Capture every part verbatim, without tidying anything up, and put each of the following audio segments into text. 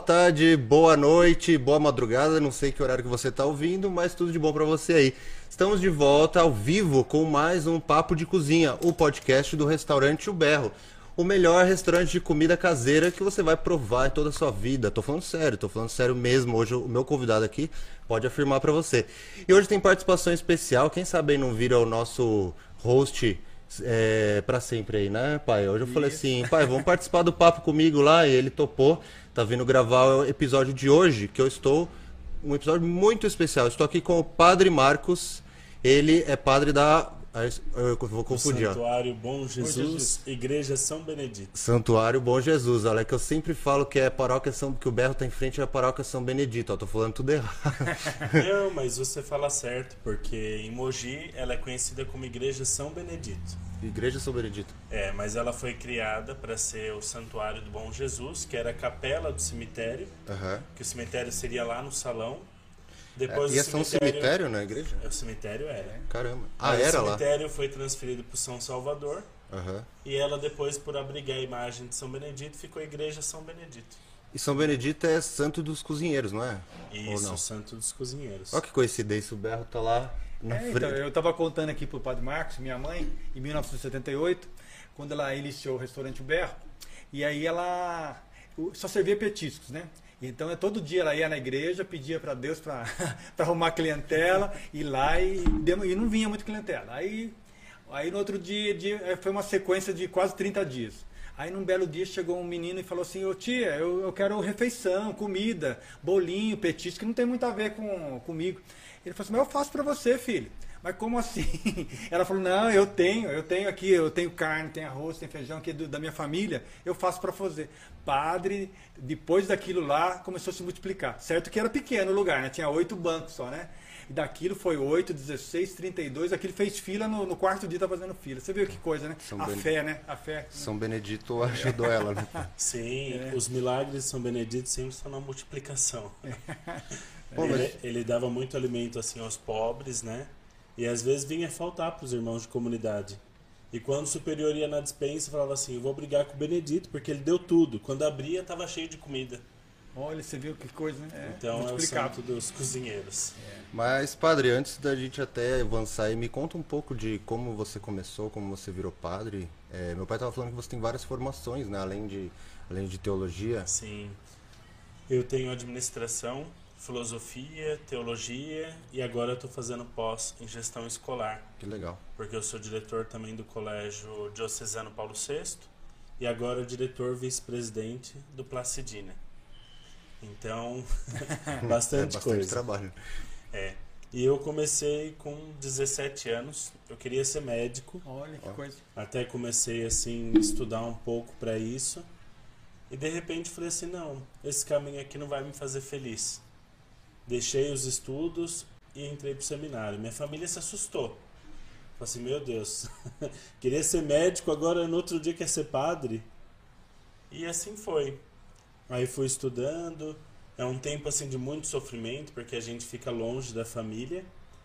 tarde, boa noite, boa madrugada, não sei que horário que você está ouvindo, mas tudo de bom para você aí. Estamos de volta ao vivo com mais um Papo de Cozinha, o podcast do restaurante O Berro. O melhor restaurante de comida caseira que você vai provar em toda a sua vida. Tô falando sério, tô falando sério mesmo. Hoje o meu convidado aqui pode afirmar para você. E hoje tem participação especial, quem sabe aí não vira o nosso host é, para sempre aí, né, pai? Hoje eu falei assim, pai, vamos participar do papo comigo lá, e ele topou. Tá vindo gravar o episódio de hoje, que eu estou... Um episódio muito especial. Estou aqui com o Padre Marcos. Ele é padre da... Eu vou confundir, ó. Santuário Bom Jesus, Bom Jesus, Igreja São Benedito. Santuário Bom Jesus. Olha, que eu sempre falo que é paróquia São... que o Berro tá em frente à paróquia São Benedito. Ó, tô falando tudo errado. Não, mas você fala certo, porque em Mogi ela é conhecida como Igreja São Benedito. Igreja São Benedito. É, mas ela foi criada para ser o Santuário do Bom Jesus, que era a capela do cemitério, uhum. que o cemitério seria lá no salão. Depois é, ia ser um cemitério na igreja? O cemitério era. Caramba. Ah, Aí era lá? O cemitério lá. Foi transferido para São Salvador. Uhum. E ela depois, por abrigar a imagem de São Benedito, ficou a Igreja São Benedito. E São Benedito é santo dos cozinheiros, não é? Isso, não? Santo dos cozinheiros. Olha que coincidência, o Berro tá lá na é, frente. Então, eu estava contando aqui pro Padre Marcos, minha mãe, em mil novecentos e setenta e oito, quando ela iniciou o restaurante O Berro, e aí ela só servia petiscos, né? Então, é todo dia ela ia na igreja, pedia para Deus para arrumar clientela, ir lá e, e não vinha muito clientela. Aí, aí no outro dia, dia, foi uma sequência de quase trinta dias. Aí num belo dia chegou um menino e falou assim, ô tia, eu, eu quero refeição, comida, bolinho, petisco, que não tem muito a ver com, comigo. Ele falou assim, mas eu faço para você, filho. Mas como assim? Ela falou, não, eu tenho, eu tenho aqui, eu tenho carne, tenho arroz, tenho feijão aqui do, da minha família, eu faço para fazer. Padre, depois daquilo lá, começou a se multiplicar. Certo que era pequeno o lugar, né? Tinha oito bancos só, né? E daquilo foi oito, dezesseis, trinta e dois, aquilo fez fila, no, no quarto dia tá fazendo fila. Você viu que coisa, né? São a ben... fé, né? A fé. São Benedito ajudou ela, né? Sim, é. Os milagres de São Benedito sempre estão na multiplicação. É. Pô, mas... ele, ele dava muito alimento assim aos pobres, né? E às vezes vinha faltar para os irmãos de comunidade. E quando o superior ia na despensa, falava assim, eu vou brigar com o Benedito, porque ele deu tudo. Quando abria, estava cheio de comida. Olha, você viu que coisa, né? É, então é o santo dos cozinheiros. É. Mas, padre, antes da gente até avançar, me conta um pouco de como você começou, como você virou padre. É, meu pai estava falando que você tem várias formações, né? Além de, além de teologia. Sim. Eu tenho administração, filosofia, teologia e agora eu estou fazendo pós em gestão escolar. Que legal. Porque eu sou diretor também do Colégio Diocesano Paulo sexto e agora diretor vice-presidente do Placidina. Então, bastante, é bastante coisa. trabalho. É. E eu comecei com dezessete anos, eu queria ser médico. Olha que Ó. coisa. Até comecei assim estudar um pouco para isso. E de repente falei assim, não, esse caminho aqui não vai me fazer feliz. Deixei os estudos e entrei pro seminário. Minha família se assustou. Falei assim, meu Deus, queria ser médico, agora no outro dia quer ser padre. E assim foi. Aí fui estudando. É um tempo assim de muito sofrimento, porque a gente fica longe da família.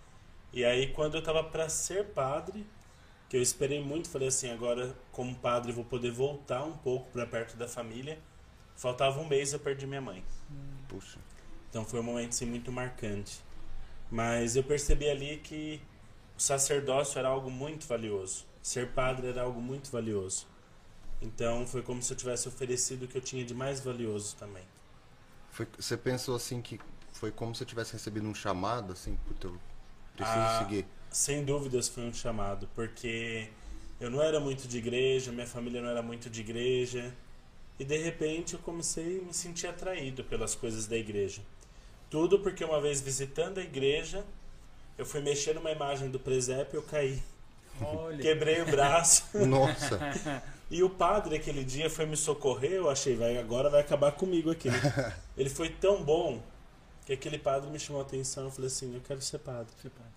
E aí quando eu tava para ser padre, que eu esperei muito, falei assim, agora como padre vou poder voltar um pouco para perto da família. Faltava um mês, eu perdi minha mãe. Puxa. Então foi um momento assim, muito marcante. Mas eu percebi ali que o sacerdócio era algo muito valioso. Ser padre era algo muito valioso. Então foi como se eu tivesse oferecido o que eu tinha de mais valioso também. Foi, você pensou assim que foi como se eu tivesse recebido um chamado, assim, puta, eu preciso Ah, seguir. Sem dúvidas foi um chamado, porque eu não era muito de igreja, minha família não era muito de igreja. E de repente eu comecei a me sentir atraído pelas coisas da igreja. Tudo porque uma vez visitando a igreja, eu fui mexer numa imagem do presépio e eu caí. Olha. Quebrei o braço. Nossa. E o padre aquele dia foi me socorrer, eu achei, vai, agora vai acabar comigo aqui. Né? Ele foi tão bom que aquele padre me chamou a atenção. Eu falei assim, eu quero ser padre. Ser padre.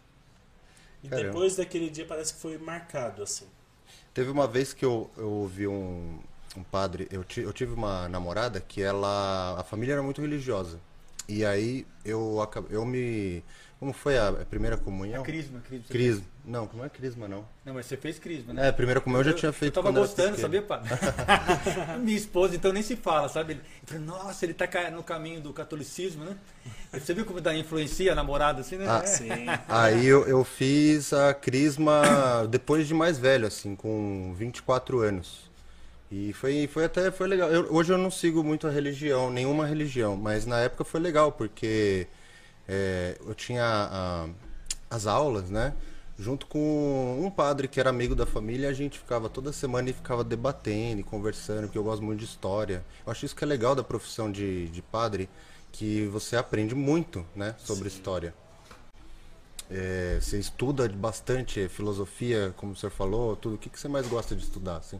E Caramba. depois daquele dia parece que foi marcado assim. Teve uma vez que eu, eu ouvi um, um padre, eu, ti, eu tive uma namorada que ela, a família era muito religiosa. E aí eu, acab- eu me... Como foi a a primeira comunhão? A crisma, crisma. Crisma. Não, não é crisma, não. Não, mas você fez crisma, né? É, a primeira comunhão eu já tinha feito Eu tava quando era gostando, pequeno. sabia, padre? Minha esposa, então, nem se fala, sabe? Eu falei, nossa, ele tá ca- no caminho do catolicismo, né? Você viu como dá influencia a namorada, assim, né? Ah, É. Sim. Aí eu, eu fiz a crisma depois de mais velho, assim, com vinte e quatro anos. E foi, foi até foi legal. Eu- hoje eu não sigo muito a religião, nenhuma religião, mas na época foi legal, porque é, eu tinha a- as aulas, né? Junto com um padre que era amigo da família, a gente ficava toda semana e ficava debatendo e conversando, porque eu gosto muito de história. Eu acho isso que é legal da profissão de, de padre, que você aprende muito, né, sobre Sim. história. É, você estuda bastante filosofia, como o senhor falou, tudo. O que, que você mais gosta de estudar, assim?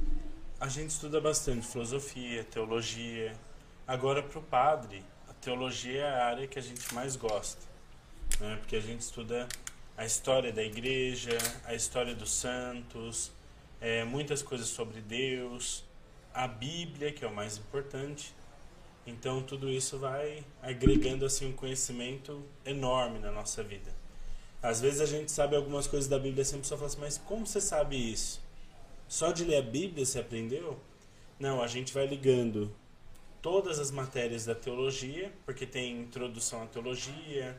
A gente estuda bastante filosofia, teologia. Agora, para o padre, a teologia é a área que a gente mais gosta, né? Porque a gente estuda a história da igreja, a história dos santos, é, muitas coisas sobre Deus, a Bíblia, que é o mais importante. Então, tudo isso vai agregando assim um conhecimento enorme na nossa vida. Às vezes a gente sabe algumas coisas da Bíblia, assim, a pessoa fala assim, mas como você sabe isso? Só de ler a Bíblia você aprendeu? Não, a gente vai ligando todas as matérias da teologia, porque tem introdução à teologia,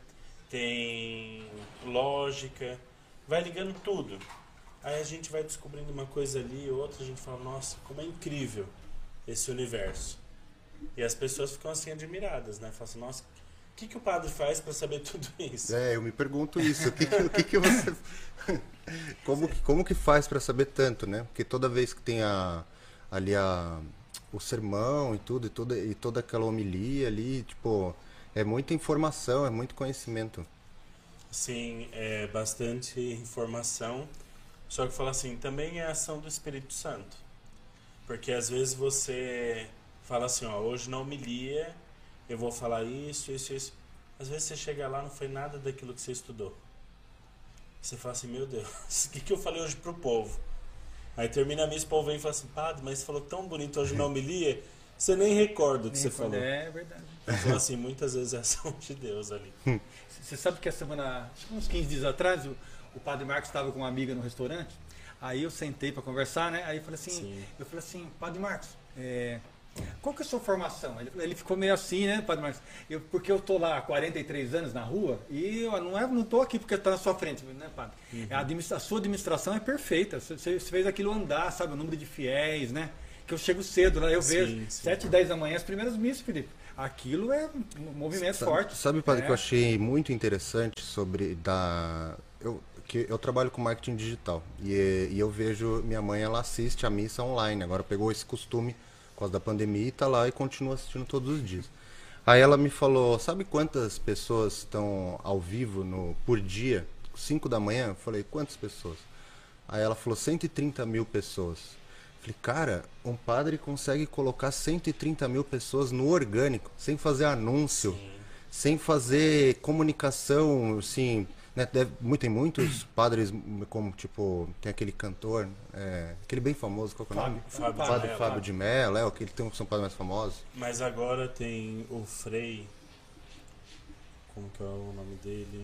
tem lógica, vai ligando tudo. Aí a gente vai descobrindo uma coisa ali, outra, a gente fala, nossa, como é incrível esse universo. E as pessoas ficam assim admiradas, né? Falam assim, nossa, o que, que o padre faz para saber tudo isso? É, eu me pergunto isso. O que, que, o que, que você. Como, que- como que faz para saber tanto, né? Porque toda vez que tem a, ali a, o sermão e tudo, e toda, e toda aquela homilia ali, tipo, é muita informação, é muito conhecimento. Sim, é bastante informação. Só que fala assim, também é a ação do Espírito Santo. Porque às vezes você fala assim, ó, hoje na homilia eu vou falar isso, isso, isso. Às vezes você chega lá, não foi nada daquilo que você estudou. Você fala assim, meu Deus, o que, que eu falei hoje pro povo? Aí termina a missa, o povo vem e fala assim, padre, mas você falou tão bonito hoje na homilia, você nem recorda o que Nem você quando- falou. É verdade. Então assim, muitas vezes é ação de Deus ali. Você sabe que a semana, acho que uns quinze dias atrás, o, o padre Marcos estava com uma amiga no restaurante. Aí eu sentei para conversar, né? Aí eu falei assim, Sim. eu falei assim, padre Marcos, é, qual que é a sua formação? Ele, ele ficou meio assim, né, padre Marcos? Eu, porque eu tô lá há quarenta e três anos na rua e eu não é, não tô aqui porque tá na sua frente, né, padre? Uhum. A, administra- a sua administração é perfeita. Você, você fez aquilo andar, sabe, o número de fiéis, né? Que eu chego cedo lá, eu Sim, vejo sim. sete, dez da manhã as primeiras missas, Felipe. Aquilo é um movimento Sabe, forte. sabe, padre, É. que eu achei muito interessante sobre da eu que eu trabalho com marketing digital e, e eu vejo minha mãe, ela assiste a missa online. Agora pegou esse costume por causa da pandemia e tá lá e continua assistindo todos os dias. Aí ela me falou, sabe quantas pessoas estão ao vivo no por dia? cinco da manhã? Eu falei, quantas pessoas? Aí ela falou, cento e trinta mil pessoas. Falei, cara, um padre consegue colocar cento e trinta mil pessoas no orgânico, sem fazer anúncio, Sim. sem fazer comunicação, assim, né? Deve, muito, tem muitos padres, como, tipo, tem aquele cantor, é, aquele bem famoso, qual que é o nome? Fábio, Fábio, Padre Mello. Fábio de Mello, é, aquele tem um são padres mais famosos. Mas agora tem o Frei. Como que é o nome dele?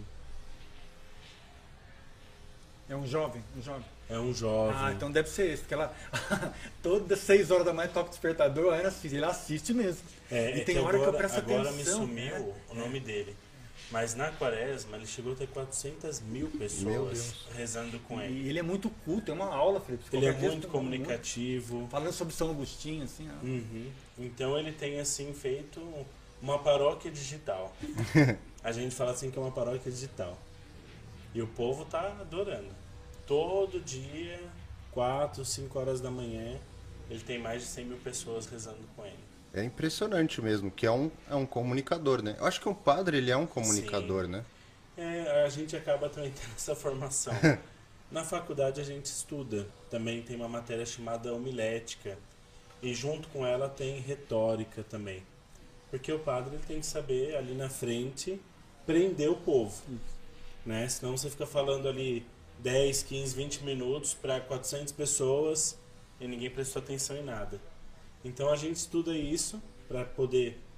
É um jovem, um jovem. É um jovem. Ah, então deve ser esse, porque ela todas seis horas da manhã toca o despertador, aí ela assiste, ele assiste mesmo. É, e é tem que hora agora, que eu presto agora atenção. me sumiu né? o nome dele. Mas na quaresma ele chegou a ter quatrocentas mil Meu pessoas Deus. rezando com ele. E ele é muito culto, é uma aula, Felipe. Ele é Qualquer dia muito você- comunicativo. Falando sobre São Agostinho, assim. ó. Uhum. Então ele tem assim feito uma paróquia digital. A gente fala assim que é uma paróquia digital. E o povo tá adorando. Todo dia, quatro, cinco horas da manhã, ele tem mais de cem mil pessoas rezando com ele. É impressionante mesmo, que é um, é um comunicador, né? Eu acho que um padre, ele é um comunicador, Sim. né? É, a gente acaba também tendo essa formação. Na faculdade a gente estuda. Também tem uma matéria chamada homilética. E junto com ela tem retórica também. Porque o padre ele tem que saber ali na frente prender o povo. Né? Senão você fica falando ali dez, quinze, vinte minutos para quatrocentas pessoas e ninguém prestou atenção em nada. Então a gente estuda isso para poder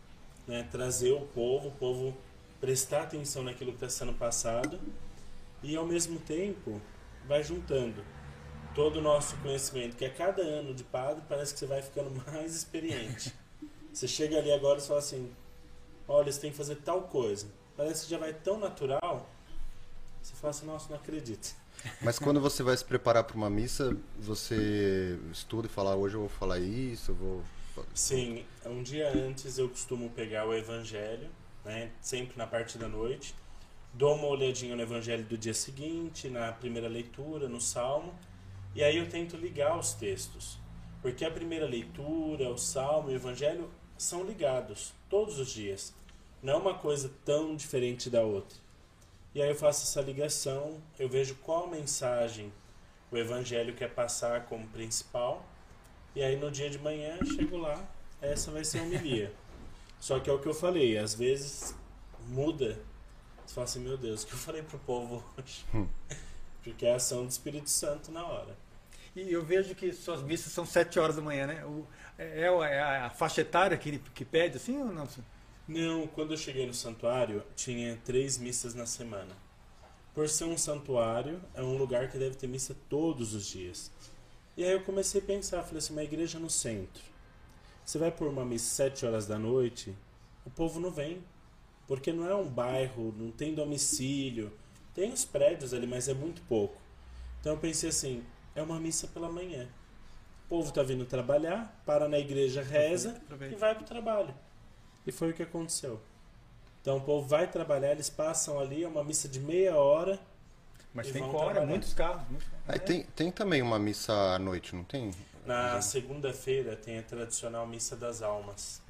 né, trazer o povo, o povo prestar atenção naquilo que está sendo passado e, ao mesmo tempo, vai juntando todo o nosso conhecimento, que a cada ano de padre parece que você vai ficando mais experiente. Você chega ali agora e fala assim, olha, você tem que fazer tal coisa. Parece que já vai tão natural, você fala assim, nossa, não acredito. Mas quando você vai se preparar para uma missa, você estuda e fala, hoje eu vou falar isso, eu vou... Sim, um dia antes eu costumo pegar o evangelho, né, sempre na parte da noite, dou uma olhadinha no evangelho do dia seguinte, na primeira leitura, no salmo, e aí eu tento ligar os textos, porque a primeira leitura, o salmo e o evangelho são ligados todos os dias, não é uma coisa tão diferente da outra. E aí eu faço essa ligação, eu vejo qual mensagem o evangelho quer passar como principal, e aí no dia de manhã eu chego lá, essa vai ser a homilia. Só que é o que eu falei, às vezes muda, você fala assim, meu Deus, o que eu falei pro povo hoje? Hum. Porque é a ação do Espírito Santo na hora. E eu vejo que suas missas são sete horas da manhã, né? O, é, é a faixa etária que, que pede assim ou não? Não, quando eu cheguei no santuário, tinha três missas na semana. Por ser um santuário, é um lugar que deve ter missa todos os dias. E aí eu comecei a pensar, falei assim, uma igreja no centro. Você vai por uma missa sete horas da noite, o povo não vem. Porque não é um bairro, não tem domicílio. Tem os prédios ali, mas é muito pouco. Então eu pensei assim, é uma missa pela manhã. O povo está vindo trabalhar, para na igreja, reza e vai para o trabalho. E foi o que aconteceu. Então o povo vai trabalhar, eles passam ali, é uma missa de meia hora. Mas tem hora, muitos carros. Muitos carros. Aí tem, tem também uma missa à noite, não tem? Na segunda-feira tem a tradicional Missa das Almas.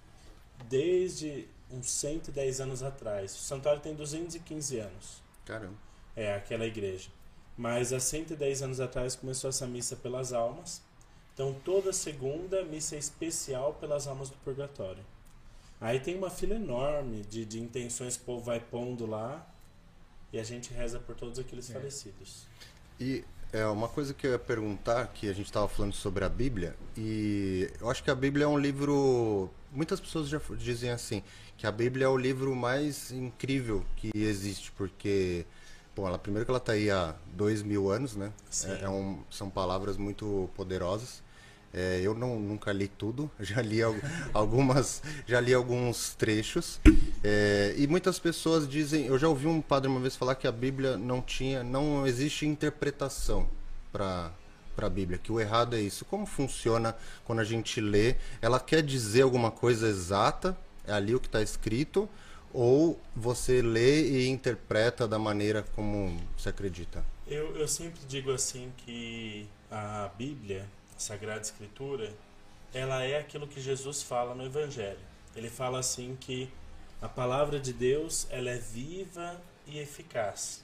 Desde uns cento e dez anos atrás. O santuário tem duzentos e quinze anos. Caramba. É, aquela igreja. Mas há cento e dez anos atrás começou essa missa pelas almas. Então toda segunda, missa especial pelas almas do purgatório. Aí tem uma fila enorme de, de intenções que o povo vai pondo lá. E a gente reza por todos aqueles é. falecidos. E é uma coisa que eu ia perguntar, que a gente estava falando sobre a Bíblia, e eu acho que a Bíblia é um livro... Muitas pessoas já dizem assim, que a Bíblia é o livro mais incrível que existe, porque... Bom, ela, primeiro que ela está aí há dois mil anos, né? É, é um, são palavras muito poderosas. É, eu não, nunca li tudo, já li algumas, já li alguns trechos. É, e muitas pessoas dizem, eu já ouvi um padre uma vez falar que a Bíblia não tinha, não existe interpretação para para a Bíblia, que o errado é isso. Como funciona quando a gente lê? Ela quer dizer alguma coisa exata, é ali o que está escrito, ou você lê e interpreta da maneira como você acredita? Eu, eu sempre digo assim que a Bíblia, a Sagrada Escritura, ela é aquilo que Jesus fala no Evangelho. Ele fala assim que a palavra de Deus, ela é viva e eficaz.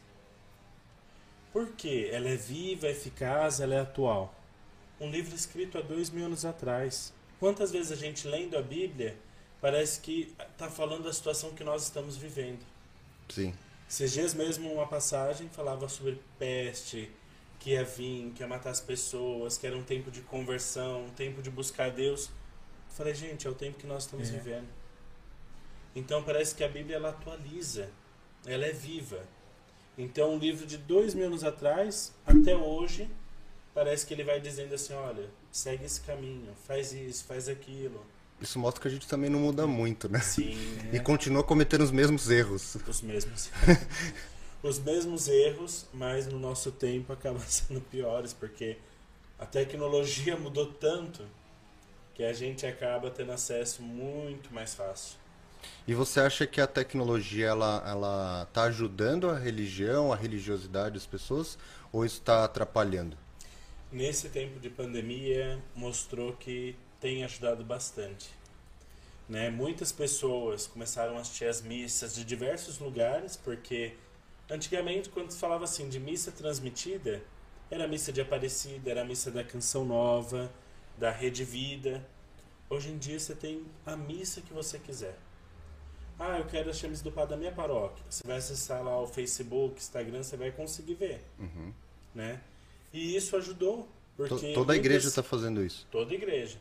Por quê? Ela é viva, eficaz, ela é atual. Um livro escrito há dois mil anos atrás. Quantas vezes a gente lendo a Bíblia parece que está falando da situação que nós estamos vivendo? Sim. Esses dias mesmo uma passagem falava sobre peste, que ia vir, que ia matar as pessoas, que era um tempo de conversão, um tempo de buscar Deus. Eu falei, gente, é o tempo que nós estamos é. vivendo. Então parece que a Bíblia ela atualiza, ela é viva. Então um livro de dois mil anos atrás, até hoje, parece que ele vai dizendo assim, olha, segue esse caminho, faz isso, faz aquilo. Isso mostra que a gente também não muda muito, né? Sim. E é. continua cometendo os mesmos erros. Os mesmos Os mesmos erros, mas no nosso tempo acabam sendo piores, porque a tecnologia mudou tanto que a gente acaba tendo acesso muito mais fácil. E você acha que a tecnologia ela ela tá ajudando a religião, a religiosidade das pessoas, ou isso está atrapalhando? Nesse tempo de pandemia mostrou que tem ajudado bastante, né? Muitas pessoas começaram a assistir as missas de diversos lugares, porque antigamente quando se falava assim de missa transmitida, era a missa de Aparecida, era a missa da Canção Nova, da Rede Vida. Hoje em dia você tem a missa que você quiser. Ah, eu quero assistir a missa do padre da minha paróquia. Você vai acessar lá o Facebook, Instagram, você vai conseguir ver. Uhum. Né? E isso ajudou. Porque toda a igreja muitas... está fazendo isso. Toda a igreja.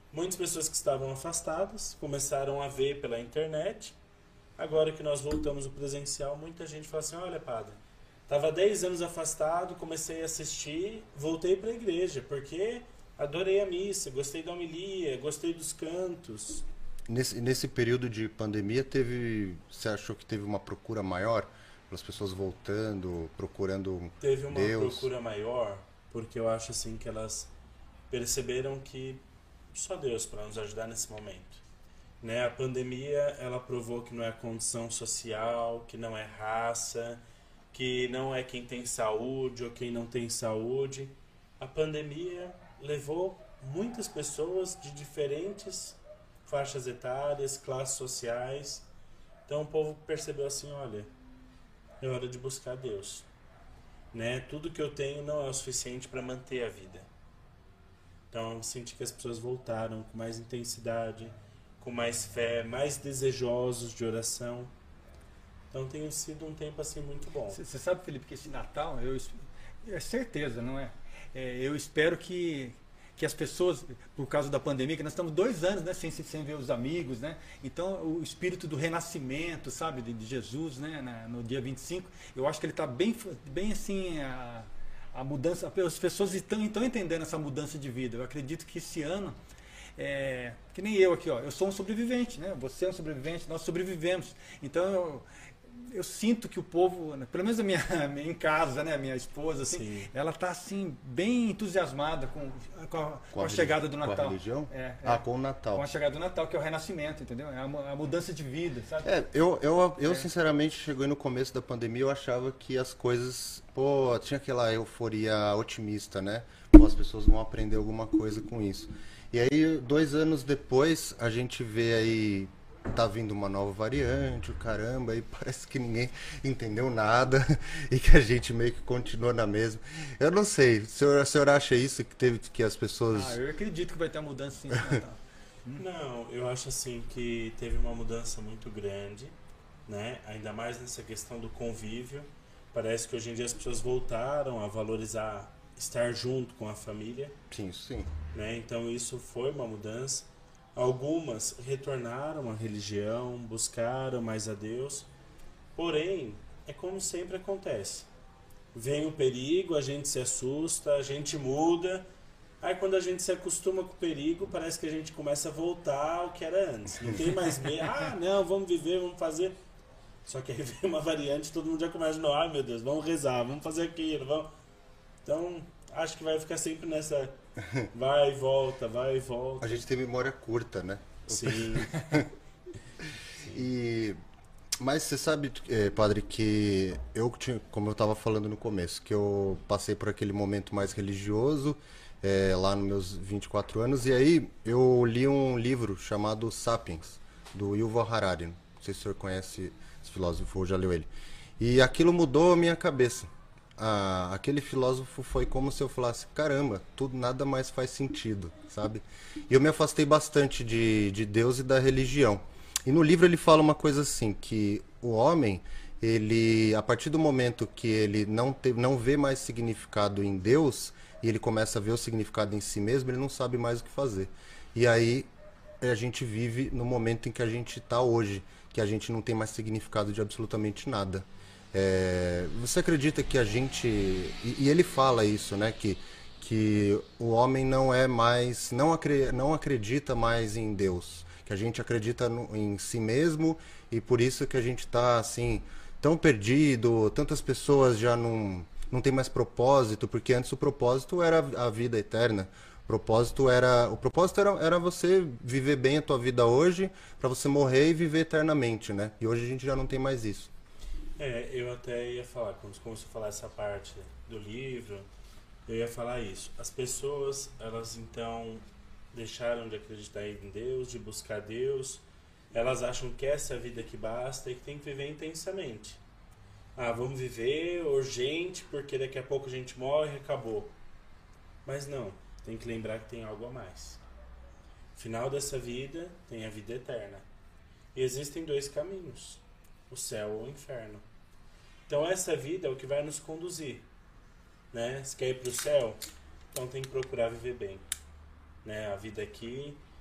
Muitas pessoas que estavam afastadas começaram a ver pela internet. Agora que nós voltamos ao presencial, muita gente fala assim, olha, padre, estava dez anos afastado, comecei a assistir, voltei para a igreja, porque adorei a missa, gostei da homilia, gostei dos cantos. Nesse, nesse período de pandemia, teve, você achou que teve uma procura maior? Pelas pessoas voltando, procurando Teve uma Deus? procura maior, porque eu acho assim que elas perceberam que só Deus para nos ajudar nesse momento. Né? A pandemia, ela provou que não é condição social, que não é raça, que não é quem tem saúde ou quem não tem saúde. A pandemia levou muitas pessoas de diferentes faixas etárias, classes sociais. Então o povo percebeu assim, olha, é hora de buscar Deus. Né? Tudo que eu tenho não é o suficiente para manter a vida. Então eu senti que as pessoas voltaram com mais intensidade, com mais fé, mais desejosos de oração. Então tem sido um tempo assim muito bom. Você sabe, Felipe, que esse Natal, eu, é certeza, não é? é? Eu espero que, que as pessoas, por causa da pandemia, que nós estamos dois anos, né, sem, sem ver os amigos, né? Então o espírito do renascimento, sabe, de, de Jesus, né, na, no dia vinte e cinco, eu acho que ele está bem, bem assim, a, a mudança, as pessoas estão, estão entendendo essa mudança de vida. Eu acredito que esse ano, é, que nem eu aqui, ó, eu sou um sobrevivente, né? Você é um sobrevivente, nós sobrevivemos. Então eu, eu sinto que o povo, pelo menos a minha, em casa, né, a minha esposa, assim, Sim. ela está assim bem entusiasmada com, com, a, com Com a a chegada do com a Natal. religião? É, é. Ah, com o Natal. Com a chegada do Natal, que é o renascimento, entendeu? É a, mu- a mudança de vida, sabe? É, eu, eu, eu É. sinceramente, chegou no começo da pandemia, eu achava que as coisas, pô, tinha aquela euforia otimista, né? Pô, as pessoas vão aprender alguma coisa com isso. E aí, dois anos depois, a gente vê aí, tá vindo uma nova variante, o caramba, e parece que ninguém entendeu nada e que a gente meio que continua na mesma. Eu não sei, o senhor, o senhor acha isso, que teve que as pessoas... Ah, eu acredito que vai ter uma mudança sim no Natal. Não, eu acho assim que teve uma mudança muito grande, né? Ainda mais nessa questão do convívio. Parece que hoje em dia as pessoas voltaram a valorizar estar junto com a família, Sim, sim. né? Então isso foi uma mudança. Algumas retornaram à religião, buscaram mais a Deus. Porém, é como sempre acontece. Vem o perigo, a gente se assusta, a gente muda. Aí quando a gente se acostuma com o perigo, parece que a gente começa a voltar ao que era antes. Não tem mais medo. Ah, não, vamos viver, vamos fazer. Só que aí vem uma variante, todo mundo já começa a não, ai meu Deus, vamos rezar, vamos fazer aquilo, vamos. Então, acho que vai ficar sempre nessa vai e volta, vai e volta. A gente tem memória curta, né? Sim. E mas você sabe, eh, padre, que eu tinha, como eu estava falando no começo, que eu passei por aquele momento mais religioso, eh, lá nos meus vinte e quatro anos, e aí eu li um livro chamado Sapiens, do Yuval Harari. Não sei se o senhor conhece esse filósofo ou já leu ele. E aquilo mudou a minha cabeça. Ah, aquele filósofo foi como se eu falasse, caramba, tudo, nada mais faz sentido, sabe? E eu me afastei bastante de, de Deus e da religião. E no livro ele fala uma coisa assim, que o homem, ele, a partir do momento que ele não, te, não vê mais significado em Deus, e ele começa a ver o significado em si mesmo, ele não sabe mais o que fazer. E aí a gente vive no momento em que a gente está hoje, que a gente não tem mais significado de absolutamente nada. É, você acredita que a gente... E, e ele fala isso, né? Que, que o homem não é mais... Não, acre, não acredita mais em Deus. Que a gente acredita no, em si mesmo e por isso que a gente está assim, tão perdido, tantas pessoas já não, não tem mais propósito, porque antes o propósito era a vida eterna. O propósito era, o propósito era, era você viver bem a tua vida hoje, para você morrer e viver eternamente, né? E hoje a gente já não tem mais isso. É, eu até ia falar, quando você começou a falar essa parte do livro, eu ia falar isso. As pessoas, elas então deixaram de acreditar em Deus, de buscar Deus. Elas acham que essa é a vida que basta e que tem que viver intensamente. Ah, vamos viver urgente porque daqui a pouco a gente morre e acabou. Mas não, tem que lembrar que tem algo a mais. No final dessa vida tem a vida eterna. E existem dois caminhos, o céu ou o inferno. Então essa vida é o que vai nos conduzir, né? Se quer ir para o céu, então tem que procurar viver bem, né? A vida aqui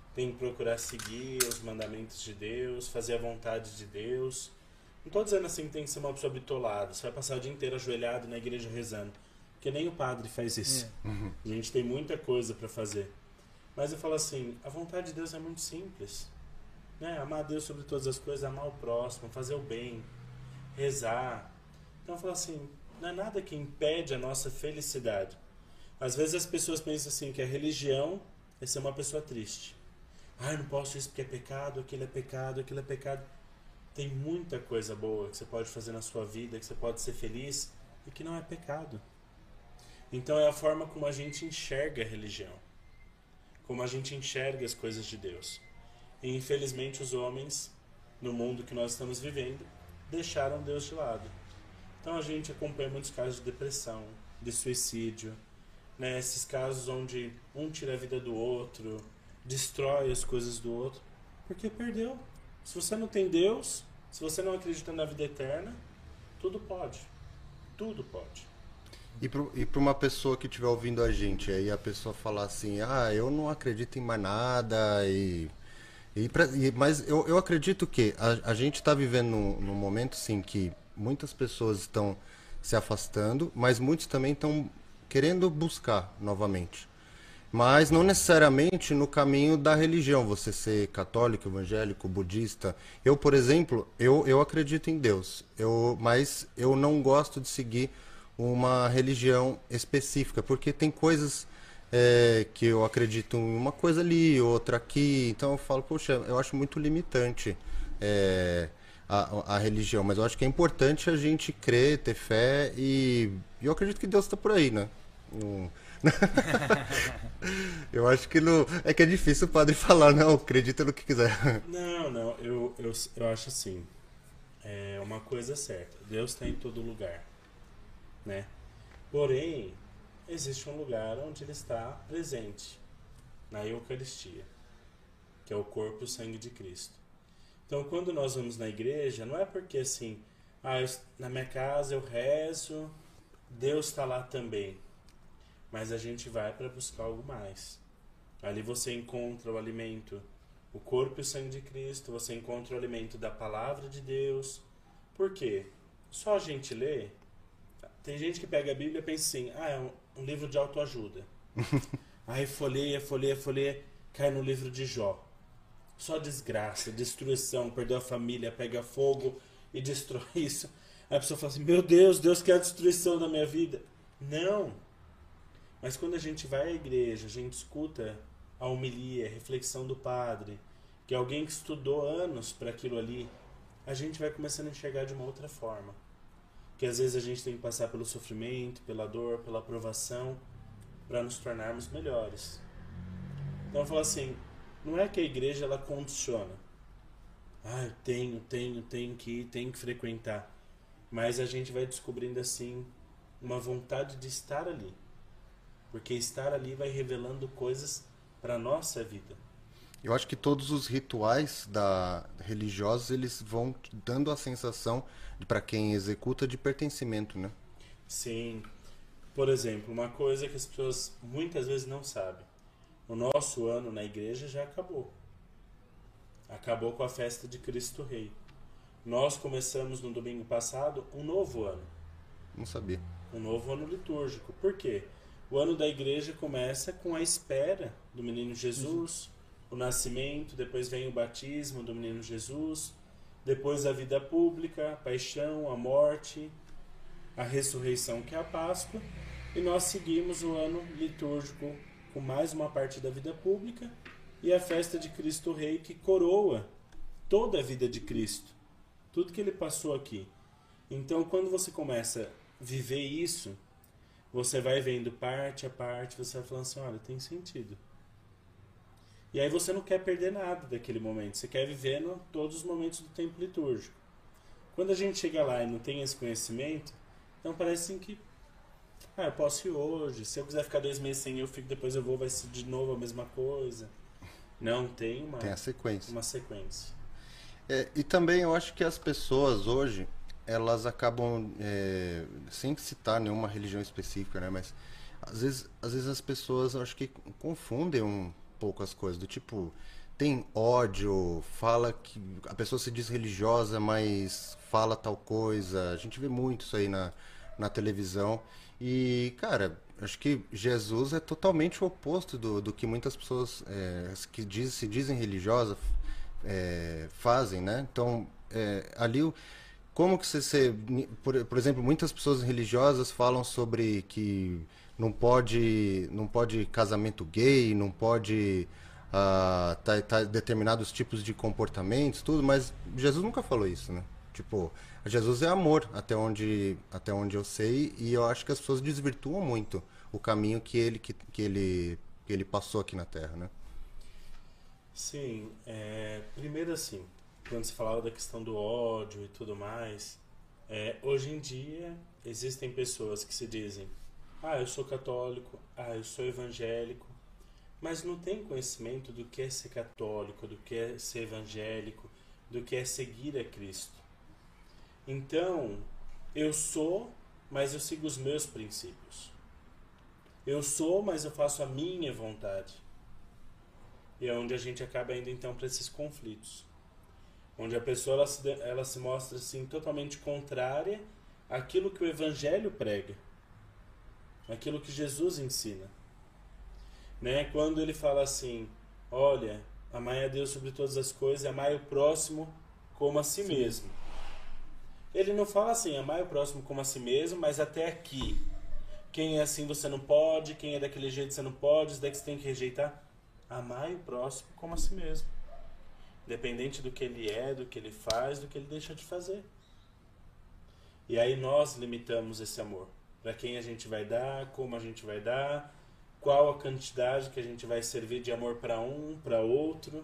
tem que procurar seguir os mandamentos de Deus, fazer a vontade de Deus. Não tô dizendo assim que tem que ser uma pessoa bitolada, você vai passar o dia inteiro ajoelhado na igreja rezando, porque nem o padre faz isso. É. Uhum. A gente tem muita coisa para fazer. Mas eu falo assim, a vontade de Deus é muito simples, né? Amar a Deus sobre todas as coisas, amar o próximo, fazer o bem, rezar. Então eu falo assim, não é nada que impede a nossa felicidade. Às vezes as pessoas pensam assim, que a religião é ser uma pessoa triste. Ah, eu não posso isso porque é pecado, aquilo é pecado, aquilo é pecado. Tem muita coisa boa que você pode fazer na sua vida, que você pode ser feliz e que não é pecado. Então é a forma como a gente enxerga a religião, como a gente enxerga as coisas de Deus. E infelizmente os homens, no mundo que nós estamos vivendo, deixaram Deus de lado. Então a gente acompanha muitos casos de depressão, de suicídio, né? Esses casos onde um tira a vida do outro, destrói as coisas do outro, porque perdeu. Se você não tem Deus, se você não acredita na vida eterna, tudo pode. Tudo pode. E para uma pessoa que estiver ouvindo a gente, aí a pessoa falar assim, ah, eu não acredito em mais nada, e, e, pra, e mas eu, eu acredito que a, a gente está vivendo num, num momento, sim, que muitas pessoas estão se afastando, mas muitos também estão querendo buscar novamente. Mas não necessariamente no caminho da religião, você ser católico, evangélico, budista. Eu, por exemplo, eu, eu acredito em Deus, eu, mas eu não gosto de seguir uma religião específica, porque tem coisas é, que eu acredito em uma coisa ali, outra aqui, então eu falo, poxa, eu acho muito limitante é, a, a religião, mas eu acho que é importante a gente crer, ter fé, e, e eu acredito que Deus está por aí, né? Não... eu acho que não... É que é difícil o padre falar, não, acredita no que quiser. Não, não, eu, eu, eu acho assim, é uma coisa certa, Deus está em todo lugar, né? Porém, existe um lugar onde ele está presente, na Eucaristia, que é o corpo e o sangue de Cristo. Então, quando nós vamos na igreja, não é porque assim, ah, eu, na minha casa eu rezo, Deus está lá também. Mas a gente vai para buscar algo mais. Ali você encontra o alimento, o corpo e o sangue de Cristo, você encontra o alimento da palavra de Deus. Por quê? Só a gente lê. Tem gente que pega a Bíblia e pensa assim, ah, é um, um livro de autoajuda. Aí folheia, folheia, folheia, cai no livro de Jó. Só desgraça, destruição, perdeu a família, pega fogo e destrói isso. Aí a pessoa fala assim, meu Deus, Deus quer a destruição da minha vida. Não. Mas quando a gente vai à igreja, a gente escuta a homilia, a reflexão do padre, que é alguém que estudou anos para aquilo ali, a gente vai começando a enxergar de uma outra forma. Que às vezes a gente tem que passar pelo sofrimento, pela dor, pela provação, para nos tornarmos melhores. Então eu falo assim, não é que a igreja ela condiciona. Ah, eu tenho, tenho, tenho que ir, tenho que frequentar. Mas a gente vai descobrindo assim uma vontade de estar ali. Porque estar ali vai revelando coisas para a nossa vida. Eu acho que todos os rituais da religiosos, eles vão dando a sensação, para quem executa, de pertencimento, né? Sim. Por exemplo, uma coisa que as pessoas muitas vezes não sabem. O nosso ano na igreja já acabou. Acabou com a festa de Cristo Rei. Nós começamos no domingo passado um novo ano. Não sabia. Um novo ano litúrgico. Por quê? O ano da igreja começa com a espera do menino Jesus, uhum. o nascimento, depois vem o batismo do menino Jesus, depois a vida pública, a paixão, a morte, a ressurreição, que é a Páscoa, e nós seguimos o ano litúrgico com mais uma parte da vida pública e a festa de Cristo Rei, que coroa toda a vida de Cristo, tudo que ele passou aqui. Então, quando você começa a viver isso, você vai vendo parte a parte, você vai falando assim, olha, tem sentido. E aí você não quer perder nada daquele momento, você quer viver no, todos os momentos do tempo litúrgico. Quando a gente chega lá e não tem esse conhecimento, então parece assim que, ah, eu posso ir hoje, se eu quiser ficar dois meses sem ir, eu fico, depois eu vou, vai ser de novo a mesma coisa. Não, tem uma, tem a sequência. Uma sequência. É, e também eu acho que as pessoas hoje, elas acabam, é, sem citar nenhuma religião específica, né? Mas às vezes, às vezes as pessoas, eu acho que confundem um pouco as coisas, do tipo, tem ódio, fala que a pessoa se diz religiosa, mas fala tal coisa. A gente vê muito isso aí na, na televisão. E, cara, acho que Jesus é totalmente o oposto do, do que muitas pessoas é, que diz, se dizem religiosas é, fazem, né? Então, é, ali, o- como que você, você por, por exemplo, muitas pessoas religiosas falam sobre que não pode, não pode casamento gay, não pode ah, tá, tá determinados tipos de comportamentos, tudo, mas Jesus nunca falou isso, né? Tipo, Jesus é amor, até onde, até onde eu sei, e eu acho que as pessoas desvirtuam muito o caminho que ele, que, que ele, que ele passou aqui na Terra, né? Sim, é, primeiro assim, quando você falava da questão do ódio e tudo mais, é, hoje em dia existem pessoas que se dizem, ah, eu sou católico, ah, eu sou evangélico, mas não tem conhecimento do que é ser católico, do que é ser evangélico, do que é seguir a Cristo. Então, eu sou, mas eu sigo os meus princípios. Eu sou, mas eu faço a minha vontade. E é onde a gente acaba indo então para esses conflitos. Onde a pessoa ela se, ela se mostra assim, totalmente contrária àquilo que o Evangelho prega. Àquilo que Jesus ensina. Né? Quando ele fala assim, olha, amai a Deus sobre todas as coisas e amai o próximo como a si Sim. mesmo. Ele não fala assim, amai o próximo como a si mesmo, mas até aqui. Quem é assim você não pode, quem é daquele jeito você não pode, isso daqui você tem que rejeitar. Amai o próximo como a si mesmo. Independente do que ele é, do que ele faz, do que ele deixa de fazer. E aí nós limitamos esse amor. Para quem a gente vai dar, como a gente vai dar, qual a quantidade que a gente vai servir de amor para um, para outro.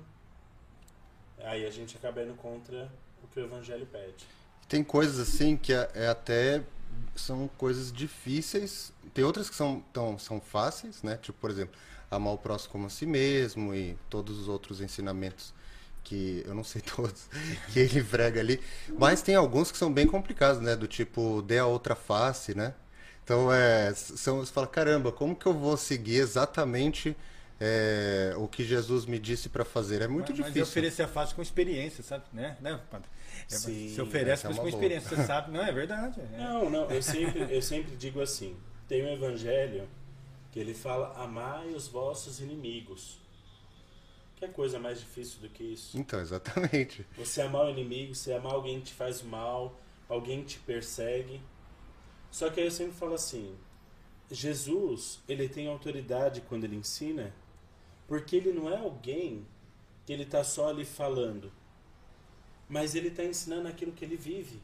Aí a gente acaba indo contra o que o Evangelho pede. Tem coisas assim que é, é até são coisas difíceis. Tem outras que são, tão, são fáceis, né? Tipo, por exemplo, amar o próximo como a si mesmo e todos os outros ensinamentos que eu não sei todos que ele prega ali. Mas tem alguns que são bem complicados, né? Do tipo, dê a outra face, né? Então, é, são, você fala, caramba, como que eu vou seguir exatamente é, o que Jesus me disse para fazer? É muito Mas, mas difícil. oferecer a face com experiência, sabe? Né, né padre? É, Sim, você oferece essa é mas uma com boa. experiência, você sabe? Não, é verdade. É. Não, não, eu sempre, eu sempre digo assim, tem um Evangelho que ele fala, amai os vossos inimigos. Que coisa mais difícil do que isso? Então, exatamente. Você amar o inimigo, você amar alguém que te faz mal, alguém que te persegue. Só que aí eu sempre falo assim, Jesus, ele tem autoridade quando ele ensina, porque ele não é alguém que ele está só ali falando, mas ele está ensinando aquilo que ele vive.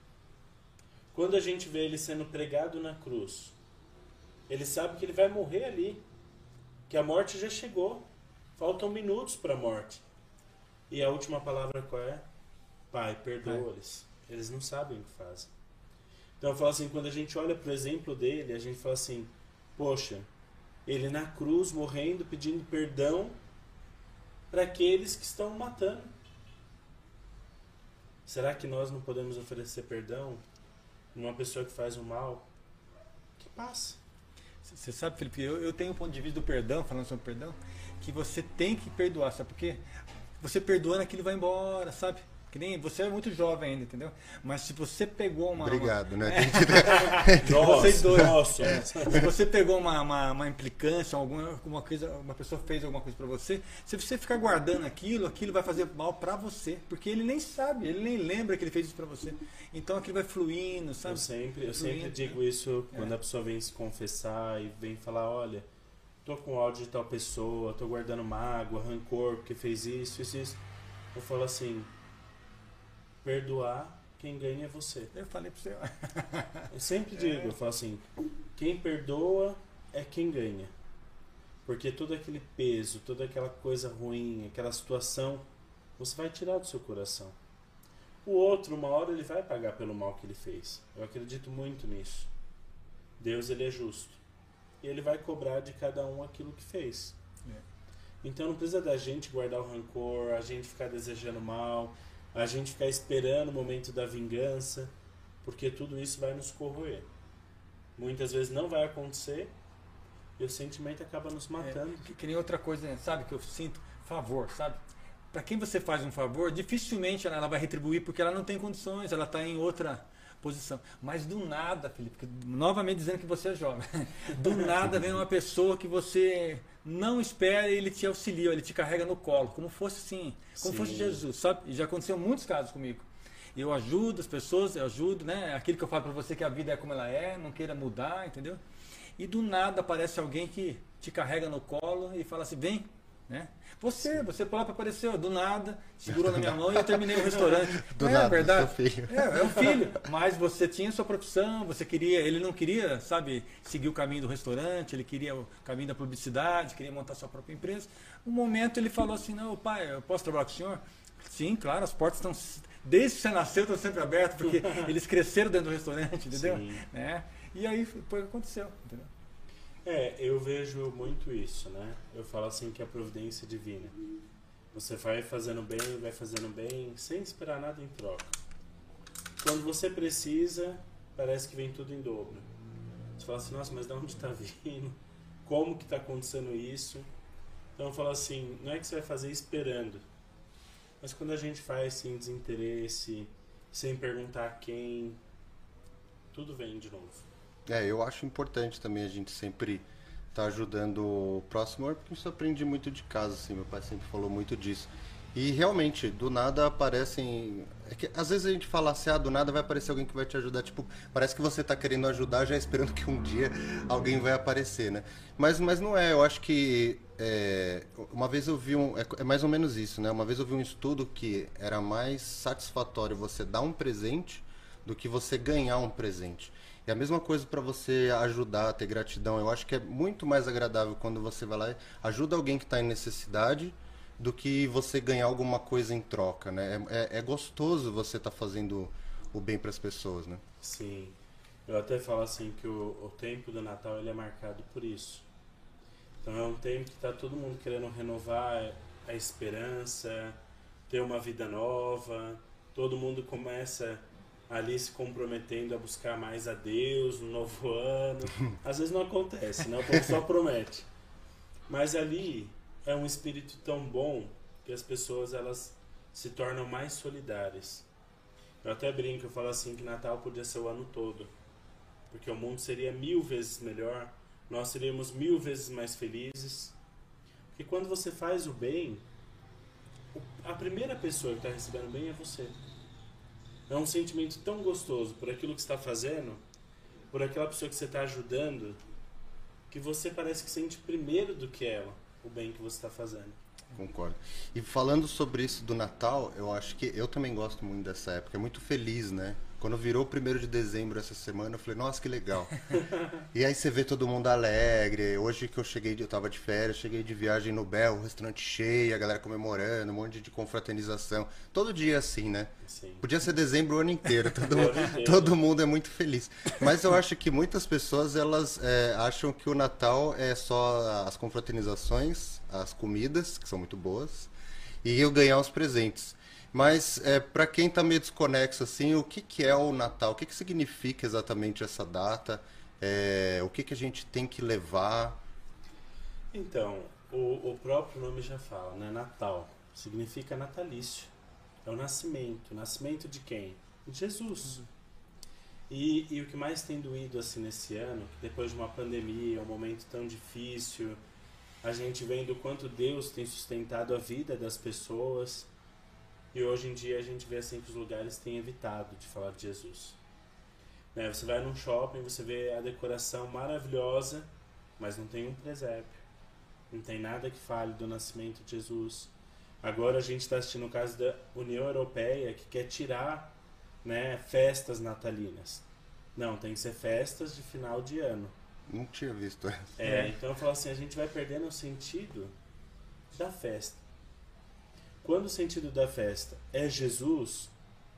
Quando a gente vê ele sendo pregado na cruz, ele sabe que ele vai morrer ali, que a morte já chegou, faltam minutos para a morte. E a última palavra qual é? Pai, perdoa-lhes. Eles não sabem o que fazem. Então eu falo assim, quando a gente olha para o exemplo dele, a gente fala assim, poxa, ele na cruz morrendo, pedindo perdão para aqueles que estão matando. Será que nós não podemos oferecer perdão numa pessoa que faz o mal? Que passa. Você sabe, Felipe, eu, eu tenho um ponto de vista do perdão, falando sobre perdão, que você tem que perdoar, sabe por quê? Você perdoando, aquilo vai embora, sabe? Que nem você é muito jovem ainda, entendeu? Mas se você pegou uma. Obrigado, uma... né? Nossa, Vocês dois. nossa. É, se você pegou uma, uma, uma implicância, alguma, alguma coisa, uma pessoa fez alguma coisa pra você, se você ficar guardando aquilo, aquilo vai fazer mal pra você, porque ele nem sabe, ele nem lembra que ele fez isso pra você. Então aquilo vai fluindo, sabe? Eu sempre, eu Fluindo, sempre digo né? isso quando É. a pessoa vem se confessar e vem falar, olha, tô com ódio de tal pessoa, tô guardando mágoa, rancor, porque fez isso, isso, isso. Eu falo assim, perdoar, quem ganha é você. Eu falei pra você. Eu sempre digo, eu falo assim, quem perdoa é quem ganha. Porque todo aquele peso, toda aquela coisa ruim, aquela situação, você vai tirar do seu coração. O outro, uma hora, ele vai pagar pelo mal que ele fez. Eu acredito muito nisso. Deus, ele é justo. E ele vai cobrar de cada um aquilo que fez. É. Então não precisa da gente guardar o rancor, a gente ficar desejando mal, a gente ficar esperando o momento da vingança, porque tudo isso vai nos corroer. Muitas vezes não vai acontecer e o sentimento acaba nos matando. É, que, que nem outra coisa, né, sabe, que eu sinto favor, sabe? para quem você faz um favor, dificilmente ela, ela vai retribuir porque ela não tem condições, ela está em outra posição. Mas do nada, Felipe, novamente dizendo que você é jovem, do nada vem uma pessoa que você não espera e ele te auxilia, ele te carrega no colo, como fosse assim, como Sim. fosse Jesus, sabe? E já aconteceu muitos casos comigo. Eu ajudo as pessoas, eu ajudo, né? Aquilo que eu falo para você que a vida é como ela é, não queira mudar, entendeu? E do nada aparece alguém que te carrega no colo e fala assim, vem, né? Você, você próprio apareceu, do nada, segurou na minha mão e eu terminei o restaurante. Do é, nada, verdade. seu filho. É, é o filho. Mas você tinha sua profissão, você queria, ele não queria, sabe, seguir o caminho do restaurante, ele queria o caminho da publicidade, queria montar sua própria empresa. Um momento ele falou assim, não, pai, eu posso trabalhar com o senhor? Sim, claro, as portas estão, desde que você nasceu, estão sempre abertas, porque eles cresceram dentro do restaurante, entendeu? Sim. Né? E aí foi o que aconteceu, entendeu? É, eu vejo muito isso, né? Eu falo assim que é a providência divina. Você vai fazendo bem, vai fazendo bem, sem esperar nada em troca. Quando você precisa, parece que vem tudo em dobro. Você fala assim, nossa, mas de onde está vindo? Como que está acontecendo isso? Então eu falo assim, não é que você vai fazer esperando, mas quando a gente faz sem desinteresse, sem perguntar quem, tudo vem de novo. É, eu acho importante também a gente sempre estar tá ajudando o próximo, porque isso eu aprendi muito de casa, assim, meu pai sempre falou muito disso. E realmente, do nada aparecem... É que, às vezes a gente fala assim, ah, do nada vai aparecer alguém que vai te ajudar, tipo, parece que você está querendo ajudar já esperando que um dia alguém vai aparecer, né? Mas, mas não é, eu acho que... É, uma vez eu vi um... É, é mais ou menos isso, né? Uma vez eu vi um estudo que era mais satisfatório você dar um presente do que você ganhar um presente. E a mesma coisa para você ajudar, ter gratidão. Eu acho que é muito mais agradável quando você vai lá e ajuda alguém que está em necessidade do que você ganhar alguma coisa em troca, né? É, é, é gostoso você estar tá fazendo o bem para as pessoas, né? Sim. Eu até falo assim que o, o tempo do Natal ele é marcado por isso. Então é um tempo que está todo mundo querendo renovar a esperança, ter uma vida nova. Todo mundo começa ali se comprometendo a buscar mais a Deus no novo ano. Às vezes não acontece, né? O povo só promete. Mas ali é um espírito tão bom que as pessoas elas se tornam mais solidárias. Eu até brinco, eu falo assim que Natal podia ser o ano todo. Porque o mundo seria mil vezes melhor, nós seríamos mil vezes mais felizes. Porque quando você faz o bem, a primeira pessoa que está recebendo o bem é você. É um sentimento tão gostoso por aquilo que você está fazendo, por aquela pessoa que você está ajudando, que você parece que sente primeiro do que ela o bem que você está fazendo. Concordo. E falando sobre isso do Natal, eu acho que eu também gosto muito dessa época. É muito feliz, né? Quando virou o primeiro de dezembro essa semana, eu falei, nossa, que legal. E aí você vê todo mundo alegre. Hoje que eu cheguei, eu tava de férias, cheguei de viagem no Bel, restaurante cheio, a galera comemorando, um monte de confraternização. Todo dia assim, né? Sim. Podia ser dezembro o ano inteiro, todo, O ano inteiro. todo mundo é muito feliz. Mas eu acho que muitas pessoas, elas é, acham que o Natal é só as confraternizações, as comidas, que são muito boas, e eu ganhar os presentes. Mas é, para quem está meio desconexo assim, o que, que é o Natal? O que, que significa exatamente essa data? É, o que, que a gente tem que levar? Então, o, o próprio nome já fala, né? Natal significa natalício. É o nascimento. Nascimento de quem? De Jesus. Uhum. E, e o que mais tem doído assim nesse ano, depois de uma pandemia, um momento tão difícil, a gente vendo o quanto Deus tem sustentado a vida das pessoas. E hoje em dia a gente vê assim que os lugares têm evitado de falar de Jesus. Né? Você vai num shopping, você vê a decoração maravilhosa, mas não tem um presépio. Não tem nada que fale do nascimento de Jesus. Agora a gente está assistindo o caso da União Europeia, que quer tirar, né, festas natalinas. Não, tem que ser festas de final de ano. Não tinha visto essa. É, então eu falo assim, a gente vai perdendo o sentido da festa. Quando o sentido da festa é Jesus,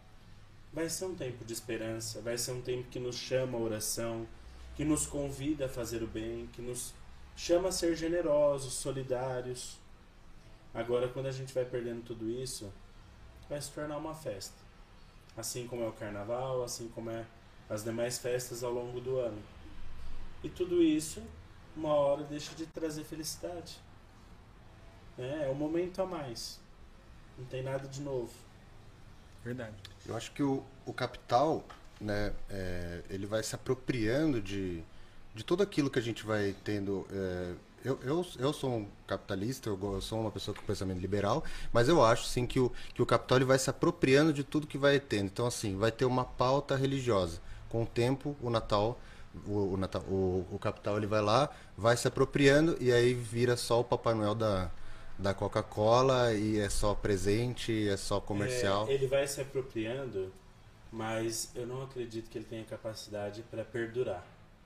vai ser um tempo de esperança, vai ser um tempo que nos chama a oração, que nos convida a fazer o bem, que nos chama a ser generosos, solidários. Agora, quando a gente vai perdendo tudo isso, vai se tornar uma festa. Assim como é o carnaval, assim como é as demais festas ao longo do ano. E tudo isso, uma hora, deixa de trazer felicidade. É, é um momento a mais. Não tem nada de novo. Verdade. Eu acho que o, o capital, né, é, ele vai se apropriando de, de tudo aquilo que a gente vai tendo. É, eu, eu, eu sou um capitalista, eu, eu sou uma pessoa com pensamento liberal, mas eu acho sim que o, que o capital ele vai se apropriando de tudo que vai tendo. Então, assim, vai ter uma pauta religiosa. Com o tempo, o Natal, o, o, Natal, o, o capital ele vai lá, vai se apropriando e aí vira só o Papai Noel da, da Coca-Cola e é só presente, é só comercial. É, ele vai se apropriando, mas eu não acredito que ele tenha capacidade para perdurar.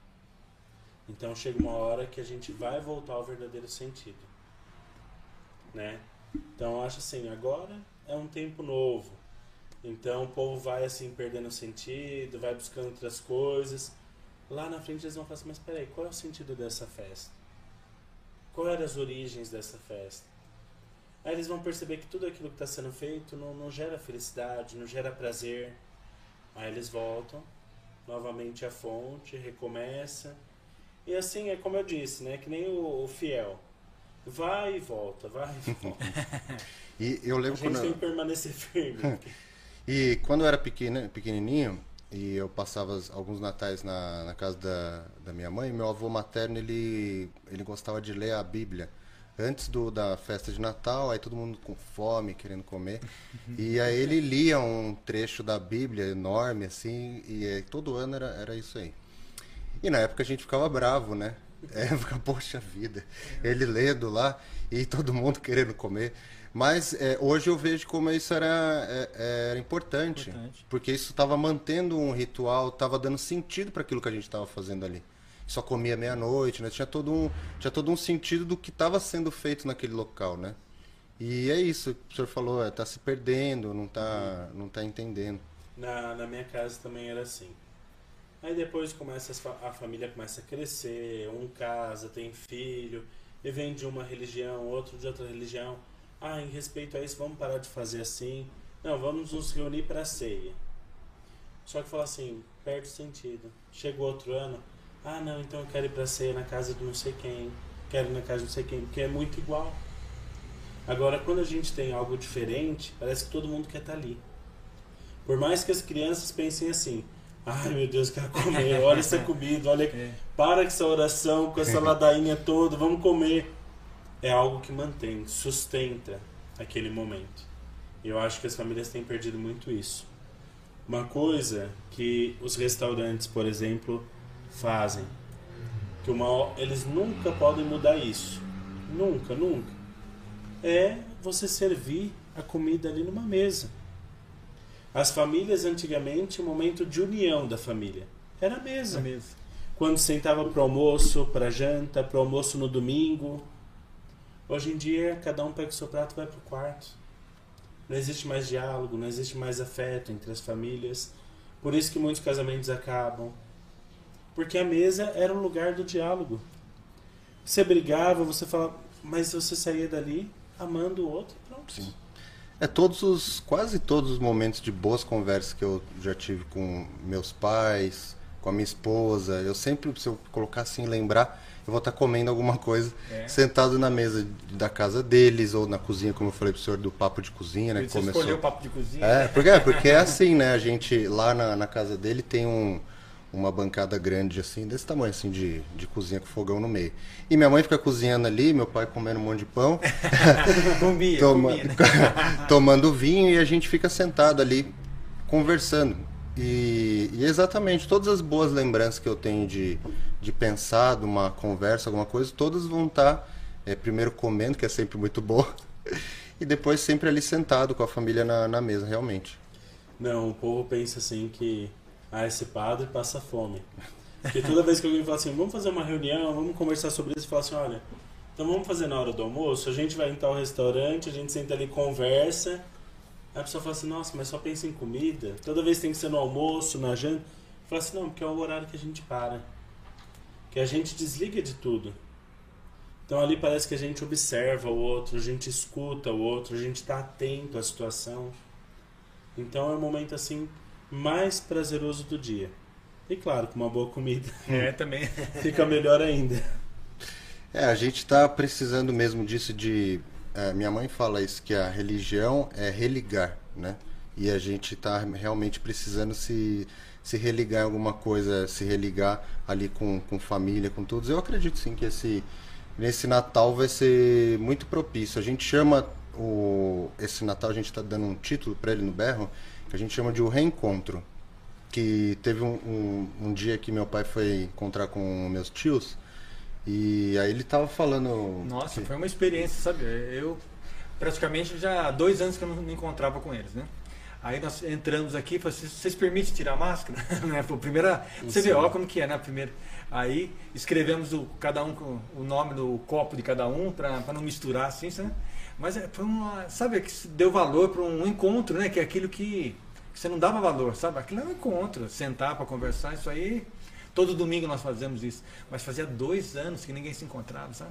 Então chega uma hora que a gente vai voltar ao verdadeiro sentido, né? Então eu acho assim, agora é um tempo novo. Então o povo vai assim perdendo o sentido, vai buscando outras coisas. Lá na frente eles vão falar assim, mas peraí, qual é o sentido dessa festa? Qual eram as origens dessa festa? Aí eles vão perceber que tudo aquilo que está sendo feito não, não gera felicidade, não gera prazer. Aí eles voltam novamente à fonte, recomeça. E assim é como eu disse, né? Que nem o, o fiel. Vai e volta, vai e volta. E eu lembro a gente quando tem que permanecer firme. E quando eu era pequeno, pequenininho, e eu passava alguns natais na, na casa da, da minha mãe, meu avô materno, ele, ele gostava de ler a Bíblia antes do, da festa de Natal, aí todo mundo com fome, querendo comer. E aí ele lia um trecho da Bíblia enorme, assim, e aí, todo ano era, era isso aí. E na época a gente ficava bravo, né? É, fica, poxa vida, ele lendo lá e todo mundo querendo comer. Mas é, hoje eu vejo como isso era, é, era importante, importante, porque isso estava mantendo um ritual, estava dando sentido para aquilo que a gente estava fazendo ali. Só comia meia-noite, né? Tinha todo um, tinha todo um sentido do que estava sendo feito naquele local, né? E é isso que o senhor falou, está se perdendo, não está não tá entendendo. Na, na minha casa também era assim. Aí depois começa a família começa a crescer, um casa, tem filho, e vem de uma religião, outro de outra religião. Ah, em respeito a isso, vamos parar de fazer assim. Não, vamos nos reunir para a ceia. Só que fala assim, perde sentido. Chega o outro ano, ah não, então eu quero ir para a ceia na casa de não sei quem, quero ir na casa de não sei quem, porque é muito igual. Agora, quando a gente tem algo diferente, parece que todo mundo quer estar ali. Por mais que as crianças pensem assim, ai meu Deus, quero comer, olha essa comida, olha, para com essa oração, com essa ladainha toda, vamos comer. É algo que mantém, sustenta aquele momento. Eu acho que as famílias têm perdido muito isso. Uma coisa que os restaurantes, por exemplo, fazem, que uma, eles nunca podem mudar isso, nunca, nunca, é você servir a comida ali numa mesa. As famílias antigamente, o momento de união da família era a mesa. A mesa. Quando sentava para o almoço, para janta, para o almoço no domingo. Hoje em dia, cada um pega o seu prato e vai para o quarto. Não existe mais diálogo, não existe mais afeto entre as famílias. Por isso que muitos casamentos acabam. Porque a mesa era um lugar do diálogo. Você brigava, você falava, mas você saía dali amando o outro, pronto. Sim. É todos os, quase todos os momentos de boas conversas que eu já tive com meus pais, com a minha esposa. Eu sempre, se eu colocar assim, lembrar, eu vou estar comendo alguma coisa, é. sentado na mesa da casa deles, ou na cozinha, como eu falei pro senhor, do papo de cozinha, né? Você começou... escolheu o papo de cozinha? É, porque é, porque é assim, né? A gente, lá na, na casa dele, tem um, uma bancada grande, assim, desse tamanho, assim, de, de cozinha com fogão no meio. E minha mãe fica cozinhando ali, meu pai comendo um monte de pão. Combia, toma, combia, né? Tomando vinho, e a gente fica sentado ali, conversando. E, e exatamente, todas as boas lembranças que eu tenho de, de pensar, de uma conversa, alguma coisa, todas vão estar, é, primeiro comendo, que é sempre muito bom, e depois sempre ali sentado com a família na, na mesa, realmente. Não, o povo pensa assim que, ah, esse padre passa fome. Porque toda vez que alguém fala assim, vamos fazer uma reunião, vamos conversar sobre isso, e fala assim, olha, então vamos fazer na hora do almoço, a gente vai em tal restaurante, a gente senta ali e conversa. Aí a pessoa fala assim, nossa, mas só pensa em comida? Toda vez tem que ser no almoço, na janta. Fala assim, não, porque é o horário que a gente para. Que a gente desliga de tudo. Então ali parece que a gente observa o outro, a gente escuta o outro, a gente está atento à situação. Então é o momento assim mais prazeroso do dia. E claro, com uma boa comida. É, também. Fica melhor ainda. É, a gente está precisando mesmo disso de é, minha mãe fala isso, que a religião é religar, né? E a gente está realmente precisando se, se religar em alguma coisa, se religar ali com, com família, com todos. Eu acredito sim que esse, nesse Natal vai ser muito propício. A gente chama, o, esse Natal a gente está dando um título para ele no Berro, que a gente chama de O Reencontro. Que teve um, um, um dia que meu pai foi encontrar com meus tios, e aí ele tava falando... Nossa, que... foi uma experiência, sabe? Eu praticamente já há dois anos que eu não me encontrava com eles, né? Aí nós entramos aqui e falamos, vocês permitem tirar a máscara? né? Foi a primeira... Você vê, ó, como que é, né? Primeiro. Aí escrevemos o, cada um com o nome do copo de cada um, para não misturar assim, né? Mas foi uma... Sabe, que deu valor para um encontro, né? Que é aquilo que, que você não dava valor, sabe? Aquilo é um encontro, sentar para conversar, isso aí... Todo domingo nós fazemos isso, mas fazia dois anos que ninguém se encontrava, sabe?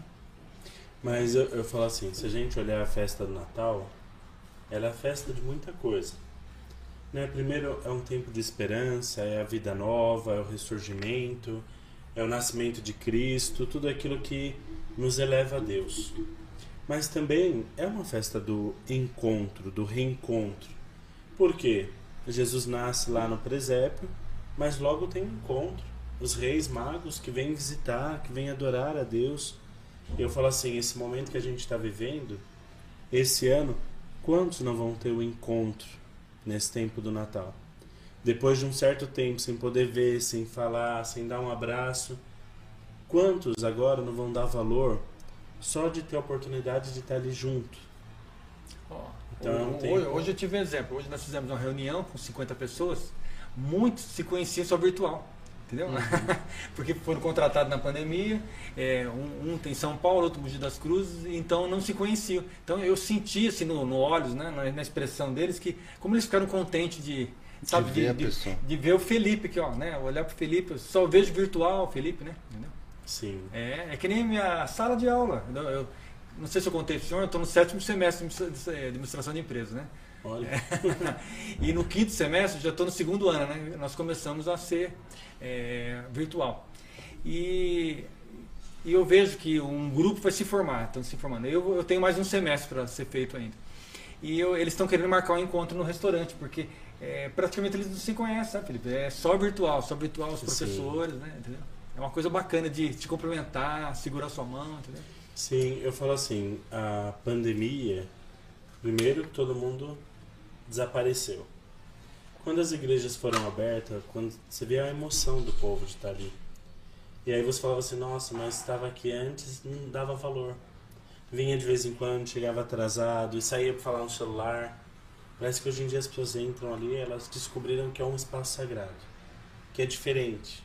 Mas eu, eu falo assim, se a gente olhar a festa do Natal, ela é a festa de muita coisa. Né? Primeiro é um tempo de esperança, é a vida nova, é o ressurgimento, é o nascimento de Cristo, tudo aquilo que nos eleva a Deus. Mas também é uma festa do encontro, do reencontro. Por quê? Jesus nasce lá no presépio, mas logo tem um encontro. Os reis magos que vêm visitar, que vêm adorar a Deus. Eu falo assim, esse momento que a gente está vivendo, esse ano, quantos não vão ter o encontro nesse tempo do Natal? Depois de um certo tempo, sem poder ver, sem falar, sem dar um abraço, quantos agora não vão dar valor só de ter a oportunidade de estar ali junto? Oh, então, hoje, é um tempo... hoje eu tive um exemplo, hoje nós fizemos uma reunião com cinquenta pessoas, muitos se conheciam só virtual. Entendeu? Uhum. Porque foram contratados na pandemia, é, um, um tem São Paulo, outro Mogi das Cruzes, então não se conheciam. Então eu senti assim no, no olhos, né, na, na expressão deles, que como eles ficaram contentes de, sabe, de, ver, de, de, de ver o Felipe, que, ó, né, olhar para o Felipe, eu só vejo virtual o Felipe, né? Entendeu? Sim. É, é que nem minha sala de aula. Eu, eu não sei se eu contei para o senhor, eu estou no sétimo semestre de administração de empresas, né? Olha. E no quinto semestre, já estou no segundo ano, né? Nós começamos a ser é, virtual. E, e eu vejo que um grupo vai se formar, estão se formando. Eu, eu tenho mais um semestre para ser feito ainda. E eu, eles estão querendo marcar um encontro no restaurante, porque é, praticamente eles não se conhecem, sabe, Felipe? É só virtual, só virtual os professores, Sim. né? Entendeu? É uma coisa bacana de te cumprimentar, segurar sua mão, entendeu? Sim, eu falo assim, a pandemia, primeiro todo mundo desapareceu. Quando as igrejas foram abertas, quando você vê a emoção do povo de estar ali. E aí você falava assim, nossa, mas estava aqui antes, não dava valor. Vinha de vez em quando, chegava atrasado e saía para falar no celular. Parece que hoje em dia as pessoas entram ali, elas descobriram que é um espaço sagrado, que é diferente.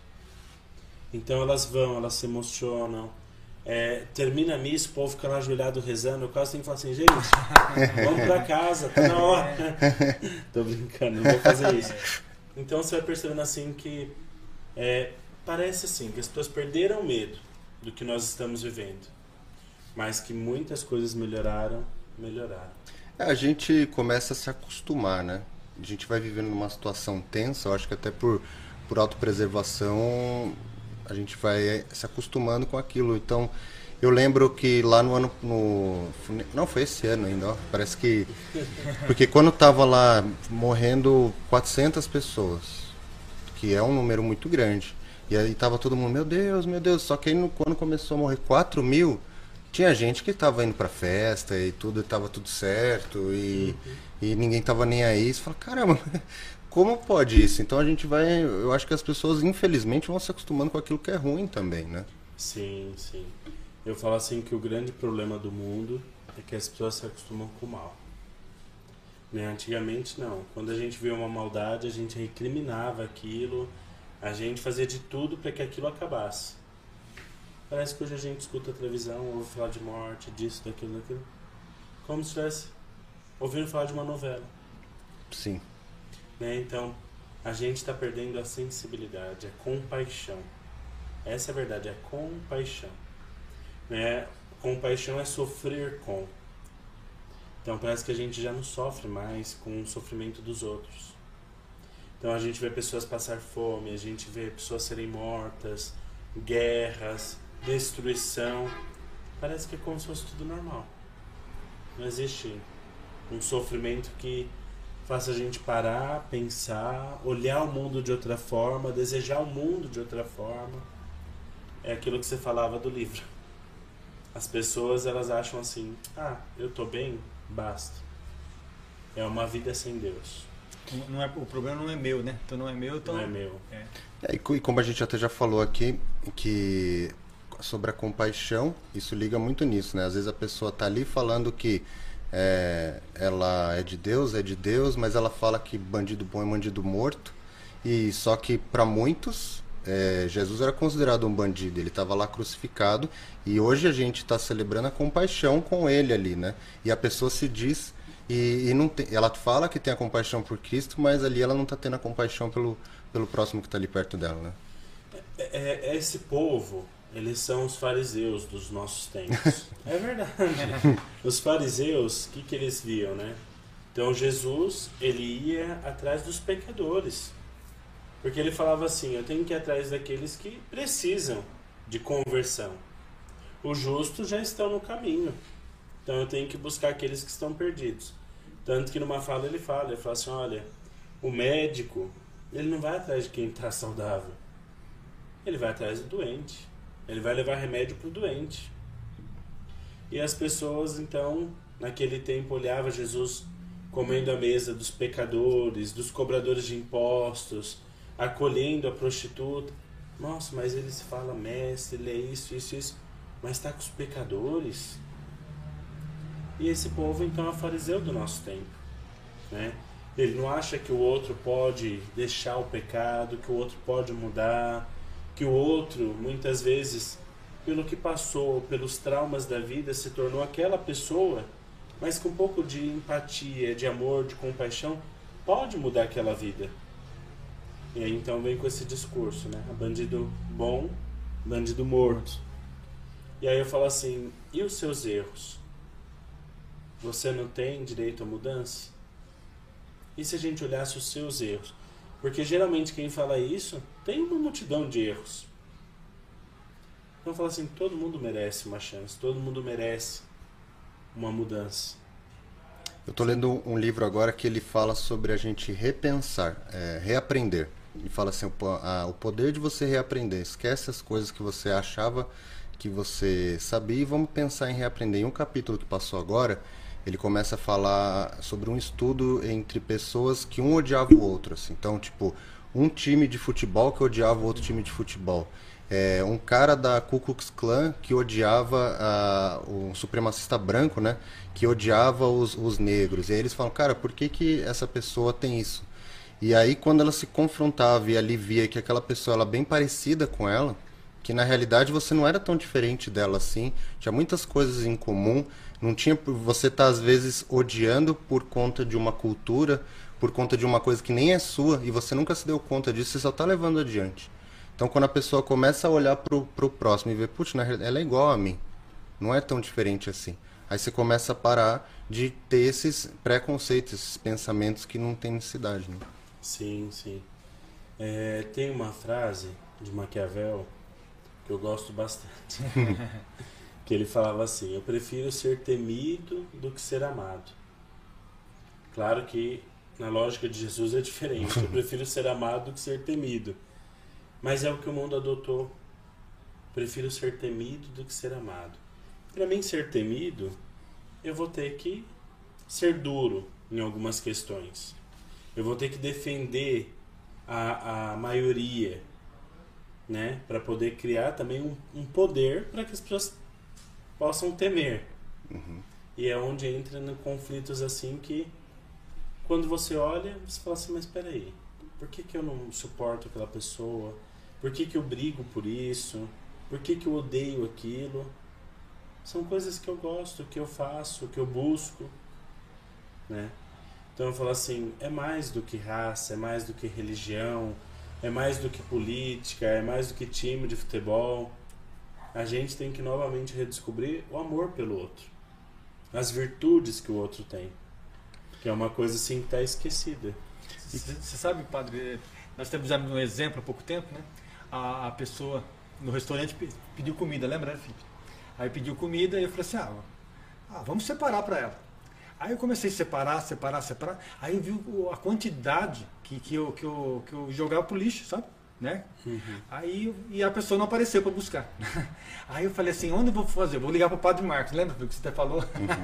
Então elas vão, elas se emocionam. É, termina a missa, o povo fica lá ajoelhado rezando. Eu quase tenho que falar assim, gente, vamos pra casa, tá na hora. Tô brincando, não vou fazer isso. Então você vai percebendo assim que é, parece assim que as pessoas perderam o medo do que nós estamos vivendo, mas que muitas coisas melhoraram, melhoraram. É, a gente começa a se acostumar, né? A gente vai vivendo numa situação tensa, eu acho que até por, por autopreservação a gente vai se acostumando com aquilo. Então, eu lembro que lá no ano... No, não, foi esse ano ainda, ó, parece que... Porque quando tava lá morrendo quatrocentas pessoas, que é um número muito grande, e aí tava todo mundo, meu Deus, meu Deus, só que aí no, quando começou a morrer quatro mil, tinha gente que tava indo pra festa e tudo, tava tudo certo, e, uhum. e ninguém tava nem aí. Você fala, caramba... Como pode isso? Então a gente vai... Eu acho que as pessoas, infelizmente, vão se acostumando com aquilo que é ruim também, né? Sim, sim. Eu falo assim que o grande problema do mundo é que as pessoas se acostumam com o mal. Né? Antigamente, não. Quando a gente vê uma maldade, a gente recriminava aquilo, a gente fazia de tudo para que aquilo acabasse. Parece que hoje a gente escuta a televisão, ouve falar de morte, disso, daquilo, daquilo. Como se estivesse ouvindo falar de uma novela. Sim. Né? Então, a gente está perdendo a sensibilidade, a compaixão. Essa é a verdade, é compaixão. Né? Compaixão é sofrer com. Então, parece que a gente já não sofre mais com o sofrimento dos outros. Então, a gente vê pessoas passar fome, a gente vê pessoas serem mortas, guerras, destruição. Parece que é como se fosse tudo normal. Não existe um sofrimento que faça a gente parar, pensar, olhar o mundo de outra forma, desejar o mundo de outra forma. É aquilo que você falava do livro. As pessoas, elas acham assim, ah, eu tô bem, basta. É uma vida sem Deus. Não é, o problema não é meu, né? Então não é meu, então... Não é meu. É. É, e como a gente até já falou aqui, que sobre a compaixão, isso liga muito nisso, né? Às vezes a pessoa tá ali falando que é, ela é de Deus, é de Deus, mas ela fala que bandido bom é bandido morto, e só que para muitos... É, Jesus era considerado um bandido, ele estava lá crucificado, e hoje a gente está celebrando a compaixão com ele ali, né? E a pessoa se diz, e, e não tem, ela fala que tem a compaixão por Cristo, mas ali ela não está tendo a compaixão pelo, pelo próximo que está ali perto dela, né? É, é, esse povo, eles são os fariseus dos nossos tempos. É verdade. Os fariseus, o que, que eles viam, né? Então Jesus, ele ia atrás dos pecadores. Porque ele falava assim, eu tenho que ir atrás daqueles que precisam de conversão. Os justos já estão no caminho. Então eu tenho que buscar aqueles que estão perdidos. Tanto que numa fala ele fala, ele fala assim, olha, o médico, ele não vai atrás de quem está saudável. Ele vai atrás do doente. Ele vai levar remédio para o doente. E as pessoas, então, naquele tempo olhavam Jesus comendo à mesa dos pecadores, dos cobradores de impostos, acolhendo a prostituta. Nossa, mas ele se fala mestre, ele é isso, isso, isso. Mas está com os pecadores. E esse povo, então, é o fariseu do nosso tempo, né? Ele não acha que o outro pode deixar o pecado, que o outro pode mudar, que o outro, muitas vezes, pelo que passou, pelos traumas da vida, se tornou aquela pessoa, mas com um pouco de empatia, de amor, de compaixão, pode mudar aquela vida. E aí então vem com esse discurso, né? Bandido bom, bandido morto. E aí eu falo assim, e os seus erros? Você não tem direito à mudança? E se a gente olhasse os seus erros? Porque geralmente quem fala isso tem uma multidão de erros. Então eu falo assim, todo mundo merece uma chance, todo mundo merece uma mudança. Eu estou lendo um livro agora que ele fala sobre a gente repensar, é, reaprender. E fala assim, o, a, o poder de você reaprender. Esquece as coisas que você achava que você sabia e vamos pensar em reaprender. Em um capítulo que passou agora, ele começa a falar sobre um estudo entre pessoas que um odiava o outro. Assim. Então, tipo, um time de futebol que odiava o outro time de futebol. É, um cara da Ku Klux Klan que odiava a, um supremacista branco, né? Que odiava os, os negros. E aí eles falam, cara, por que, que essa pessoa tem isso? E aí quando ela se confrontava e ali via que aquela pessoa era bem parecida com ela, que na realidade você não era tão diferente dela assim, tinha muitas coisas em comum, não tinha por você estar às vezes odiando por conta de uma cultura, por conta de uma coisa que nem é sua e você nunca se deu conta disso, você só está levando adiante. Então quando a pessoa começa a olhar pro, pro próximo e ver, putz, ela é igual a mim, não é tão diferente assim. Aí você começa a parar de ter esses preconceitos, esses pensamentos que não tem necessidade, né? Sim, sim. É, tem uma frase de Maquiavel que eu gosto bastante. Que ele falava assim, eu prefiro ser temido do que ser amado. Claro que na lógica de Jesus é diferente. Eu prefiro ser amado do que ser temido. Mas é o que o mundo adotou. Prefiro ser temido do que ser amado. Para mim ser temido, eu vou ter que ser duro em algumas questões. Eu vou ter que defender a, a maioria, né? Para poder criar também um, um poder para que as pessoas possam temer. Uhum. E é onde entra em conflitos assim que, quando você olha, você fala assim, mas espera aí, por que, que eu não suporto aquela pessoa? Por que, que eu brigo por isso? Por que, que eu odeio aquilo? São coisas que eu gosto, que eu faço, que eu busco, né? Então eu falo assim, é mais do que raça, é mais do que religião, é mais do que política, é mais do que time de futebol. A gente tem que novamente redescobrir o amor pelo outro, as virtudes que o outro tem, que é uma coisa assim que está esquecida. Você sabe, padre, nós temos um exemplo há pouco tempo, né? A, a pessoa no restaurante pediu comida, lembra, né, Felipe? Aí pediu comida e eu falei assim, ah, ah vamos separar para ela. Aí eu comecei a separar, separar, separar. Aí eu vi o- a quantidade que, que, eu, que, eu, que eu jogava pro lixo, sabe? Né? Uhum. Aí, eu- e a pessoa não apareceu para buscar. Aí eu falei assim, onde eu vou fazer? Vou ligar para o Padre Marcos, lembra do que você até falou?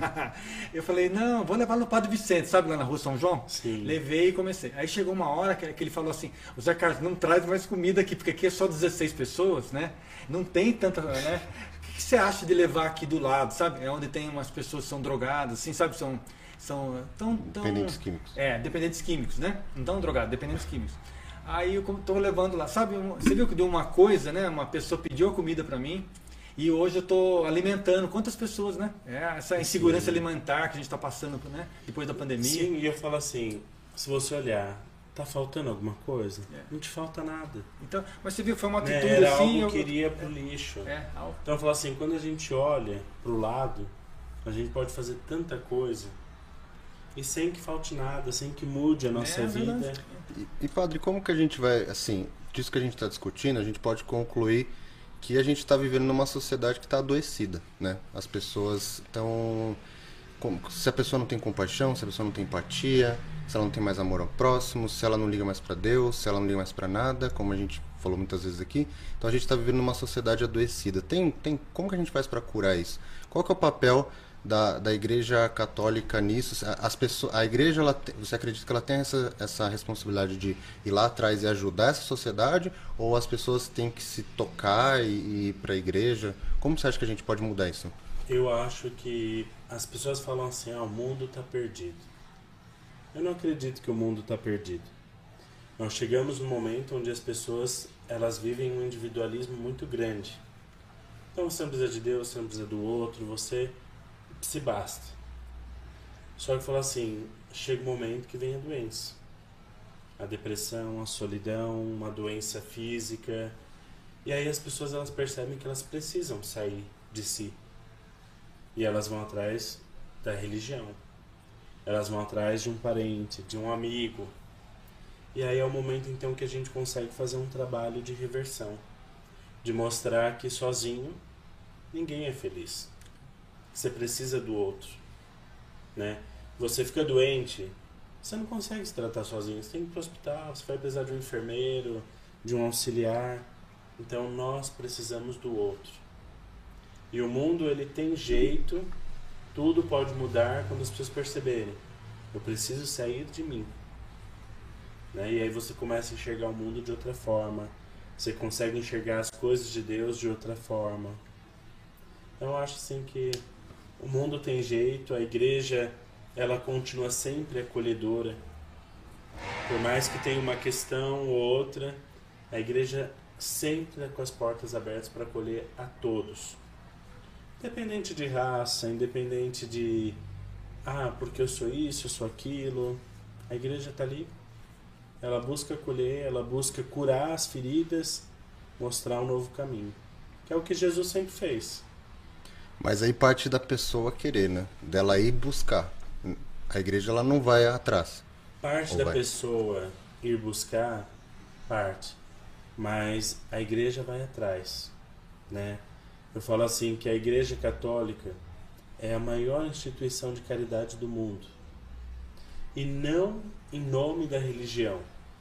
Eu falei, não, vou levar no Padre Vicente, sabe lá na Rua São João? Sim. Levei e comecei. Aí chegou uma hora que, que ele falou assim, o Zé Carlos, não traz mais comida aqui, porque aqui é só dezesseis pessoas, né? Não tem tanta, né? O que, que você acha de levar aqui do lado, sabe? É onde tem umas pessoas que são drogadas, assim, sabe? São, são tão, tão... Dependentes químicos. É, dependentes químicos, né? Não tão drogados, dependentes químicos. Aí eu estou levando lá, sabe? um- Você viu que deu uma coisa, né? Uma pessoa pediu a comida para mim e hoje eu estou alimentando. Quantas pessoas, né? É, essa insegurança Sim. alimentar que a gente está passando, né? Depois da pandemia. Sim, e eu falo assim, se você olhar, tá faltando alguma coisa? É. Não te falta nada. Então, mas você viu, foi uma Né? atitude Era assim. algo que eu- iria pro lixo. É, algo. Então eu falo assim, quando a gente olha pro lado, a gente pode fazer tanta coisa e sem que falte nada, sem que mude a nossa É vida. verdade. E, e, padre, como que a gente vai, assim, disso que a gente está discutindo, a gente pode concluir que a gente está vivendo numa sociedade que está adoecida, né? As pessoas estão... Se a pessoa não tem compaixão, se a pessoa não tem empatia, se ela não tem mais amor ao próximo, se ela não liga mais para Deus, se ela não liga mais para nada, como a gente falou muitas vezes aqui. Então a gente está vivendo numa sociedade adoecida. Tem, tem, como que a gente faz para curar isso? Qual que é o papel da, da Igreja Católica nisso? As pessoas, a Igreja, ela, te- você acredita que ela tem essa, essa responsabilidade de ir lá atrás e ajudar essa sociedade? Ou as pessoas têm que se tocar e, e ir para a Igreja? Como você acha que a gente pode mudar isso? Eu acho que as pessoas falam assim, ah, o mundo está perdido. Eu não acredito que o mundo está perdido. Nós chegamos num momento onde as pessoas, elas vivem um individualismo muito grande. Então você não precisa de Deus, você não precisa do outro, você se basta. Só que fala assim, chega um momento que vem a doença. A depressão, a solidão, uma doença física. E aí as pessoas, elas percebem que elas precisam sair de si. E elas vão atrás da religião. Elas vão atrás de um parente, de um amigo. E aí é o momento então que a gente consegue fazer um trabalho de reversão. De mostrar que sozinho ninguém é feliz. Você precisa do outro. Né? Você fica doente, você não consegue se tratar sozinho. Você tem que ir para o hospital, você vai precisar de um enfermeiro, de um auxiliar. Então nós precisamos do outro. E o mundo, ele tem jeito, tudo pode mudar quando as pessoas perceberem. Eu preciso sair de mim. Né? E aí você começa a enxergar o mundo de outra forma. Você consegue enxergar as coisas de Deus de outra forma. Então eu acho assim que o mundo tem jeito, a igreja, ela continua sempre acolhedora. Por mais que tenha uma questão ou outra, a igreja sempre é com as portas abertas para acolher a todos. Independente de raça, independente de... Ah, porque eu sou isso, eu sou aquilo. A igreja está ali. Ela busca acolher, ela busca curar as feridas, mostrar um novo caminho. Que é o que Jesus sempre fez. Mas aí parte da pessoa querer, né? Dela ir buscar. A igreja, ela não vai atrás. Parte Ou da vai? pessoa ir buscar, parte. Mas a igreja vai atrás, né? Eu falo assim que a Igreja Católica é a maior instituição de caridade do mundo. E não em nome da religião,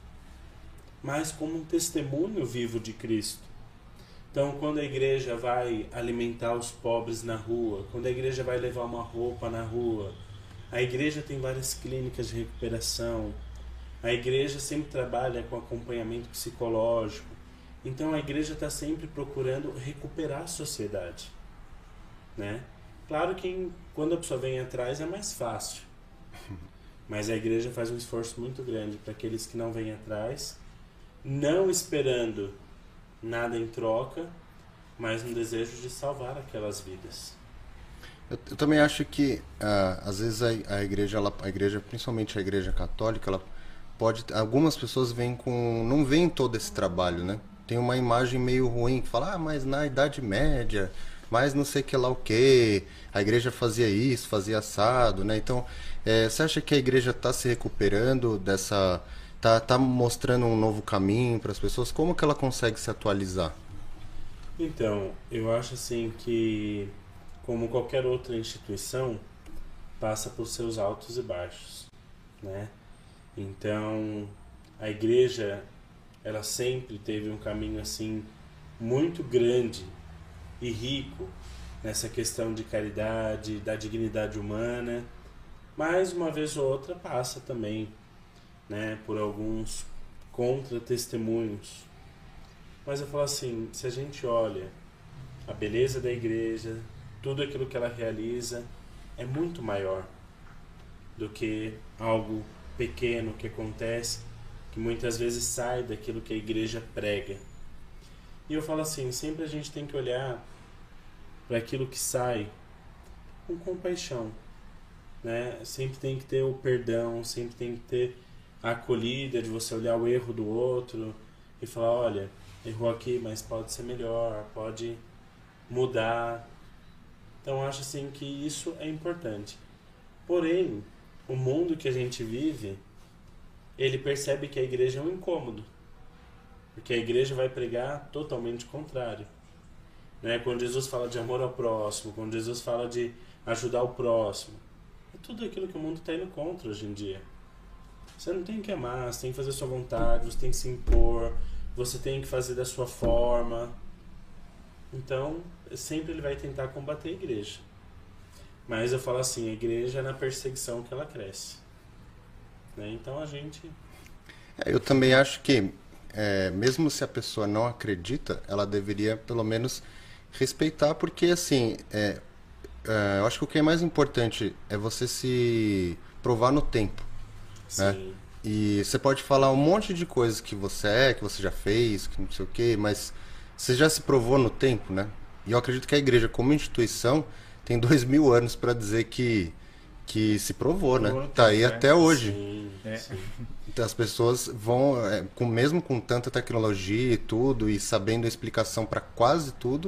mas como um testemunho vivo de Cristo. Então, quando a igreja vai alimentar os pobres na rua, quando a igreja vai levar uma roupa na rua, a igreja tem várias clínicas de recuperação, a igreja sempre trabalha com acompanhamento psicológico. Então a igreja está sempre procurando recuperar a sociedade, né? Claro que em, quando a pessoa vem atrás é mais fácil, mas a igreja faz um esforço muito grande para aqueles que não vêm atrás, não esperando nada em troca, mas no desejo de salvar aquelas vidas. Eu, eu também acho que ah, às vezes a, a igreja, ela, a igreja, principalmente a igreja católica, ela pode, algumas pessoas vêm com, não veem todo esse trabalho, né? Tem uma imagem meio ruim que fala, ah, mas na Idade Média, mas não sei que lá o que, a igreja fazia isso, fazia assado, né? Então, é, você acha que a igreja está se recuperando dessa, tá, tá mostrando um novo caminho para as pessoas? Como que ela consegue se atualizar? Então, eu acho assim que, como qualquer outra instituição, passa por seus altos e baixos, né? Então, a igreja, ela sempre teve um caminho assim muito grande e rico nessa questão de caridade, da dignidade humana, mas uma vez ou outra passa também, né, por alguns contra-testemunhos. Mas eu falo assim, se a gente olha a beleza da igreja, tudo aquilo que ela realiza é muito maior do que algo pequeno que acontece, que muitas vezes sai daquilo que a igreja prega. E eu falo assim, sempre a gente tem que olhar para aquilo que sai com compaixão, né? Sempre tem que ter o perdão, sempre tem que ter a acolhida de você olhar o erro do outro e falar, olha, errou aqui, mas pode ser melhor, pode mudar. Então acho assim que isso é importante. Porém, o mundo que a gente vive, ele percebe que a igreja é um incômodo, porque a igreja vai pregar totalmente o contrário, né? Quando Jesus fala de amor ao próximo, quando Jesus fala de ajudar o próximo, é tudo aquilo que o mundo está indo contra hoje em dia. Você não tem que amar, você tem que fazer a sua vontade, você tem que se impor, você tem que fazer da sua forma. Então, sempre ele vai tentar combater a igreja. Mas eu falo assim, a igreja é na perseguição que ela cresce, né? Então a gente... É, eu também acho que, é, mesmo se a pessoa não acredita, ela deveria pelo menos respeitar, porque assim, é, é, eu acho que o que é mais importante é você se provar no tempo. Sim. Né? E você pode falar um monte de coisas que você é, que você já fez, que não sei o quê, mas você já se provou no tempo, né? E eu acredito que a igreja, como instituição, tem dois mil anos para dizer que, que se provou, né? Provou, Tá aí é. até hoje. Sim, É. sim. Então as pessoas vão, é, com, mesmo com tanta tecnologia e tudo, e sabendo a explicação para quase tudo,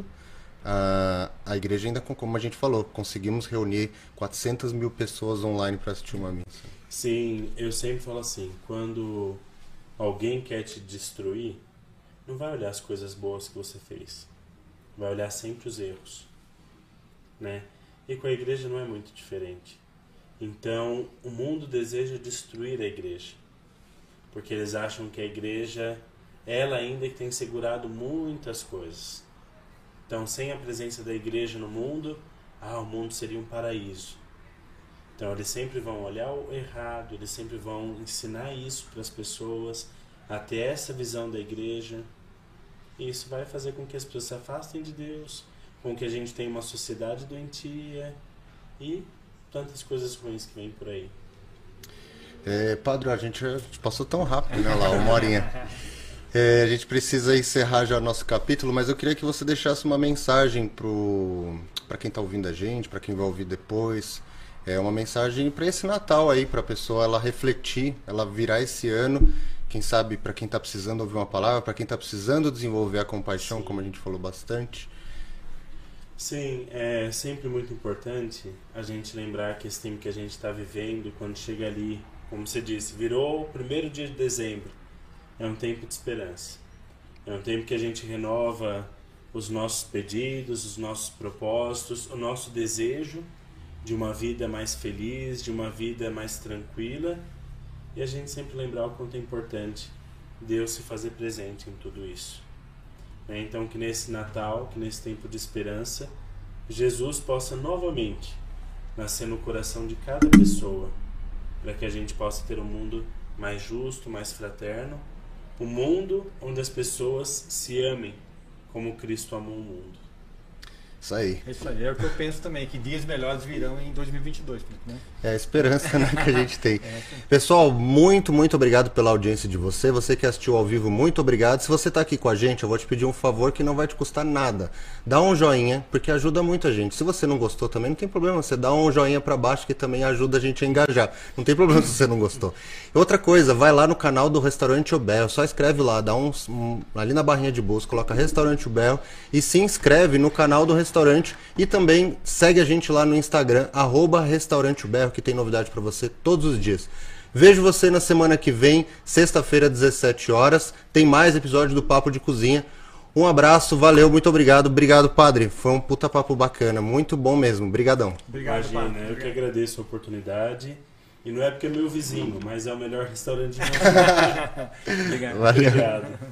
a, a igreja ainda, como a gente falou, conseguimos reunir quatrocentas mil pessoas online para assistir uma missa. Sim, eu sempre falo assim, quando alguém quer te destruir, não vai olhar as coisas boas que você fez, vai olhar sempre os erros, né? E com a igreja não é muito diferente. Então, o mundo deseja destruir a igreja, porque eles acham que a igreja, ela ainda tem segurado muitas coisas. Então, sem a presença da igreja no mundo, ah, o mundo seria um paraíso. Então, eles sempre vão olhar o errado, eles sempre vão ensinar isso para as pessoas, a ter essa visão da igreja. E isso vai fazer com que as pessoas se afastem de Deus, com que a gente tenha uma sociedade doentia e tantas coisas ruins que vêm por aí. É, Padre, a gente passou tão rápido, né, lá, uma horinha. É, a gente precisa encerrar já o nosso capítulo, mas eu queria que você deixasse uma mensagem para quem está ouvindo a gente, para quem vai ouvir depois. É uma mensagem para esse Natal aí, para a pessoa ela refletir, ela virar esse ano. Quem sabe para quem está precisando ouvir uma palavra, para quem está precisando desenvolver a compaixão, Sim. como a gente falou bastante. Sim, é sempre muito importante a gente lembrar que esse tempo que a gente está vivendo, quando chega ali, como você disse, virou o primeiro dia de dezembro, é um tempo de esperança. É um tempo que a gente renova os nossos pedidos, os nossos propósitos, o nosso desejo de uma vida mais feliz, de uma vida mais tranquila, e a gente sempre lembrar o quanto é importante Deus se fazer presente em tudo isso. Então que nesse Natal, que nesse tempo de esperança, Jesus possa novamente nascer no coração de cada pessoa, para que a gente possa ter um mundo mais justo, mais fraterno, um mundo onde as pessoas se amem como Cristo amou o mundo. Isso aí. Isso aí, é o que eu penso também, que dias melhores virão em dois mil e vinte e dois. Né? É a esperança, né, que a gente tem. É. Pessoal, muito, muito obrigado pela audiência de você. Você que assistiu ao vivo, muito obrigado. Se você está aqui com a gente, eu vou te pedir um favor que não vai te custar nada. Dá um joinha, porque ajuda muito a gente. Se você não gostou também, não tem problema. Você dá um joinha para baixo que também ajuda a gente a engajar. Não tem problema se você não gostou. Outra coisa, vai lá no canal do Restaurante O Berro. Só escreve lá, dá um, um, ali na barrinha de busca, coloca Restaurante O Berro e se inscreve no canal do restaurante. E também segue a gente lá no Instagram, arroba Restaurante O Berro, que tem novidade para você todos os dias. Vejo você na semana que vem, sexta-feira, dezessete horas. Tem mais episódio do Papo de Cozinha. Um abraço, valeu, muito obrigado. Obrigado, padre. Foi um puta papo bacana. Muito bom mesmo. Obrigadão. Obrigado, Imagina, padre. eu que agradeço a oportunidade. E não é porque é meu vizinho, mas é o melhor restaurante de Novo. Obrigado. Valeu. Obrigado.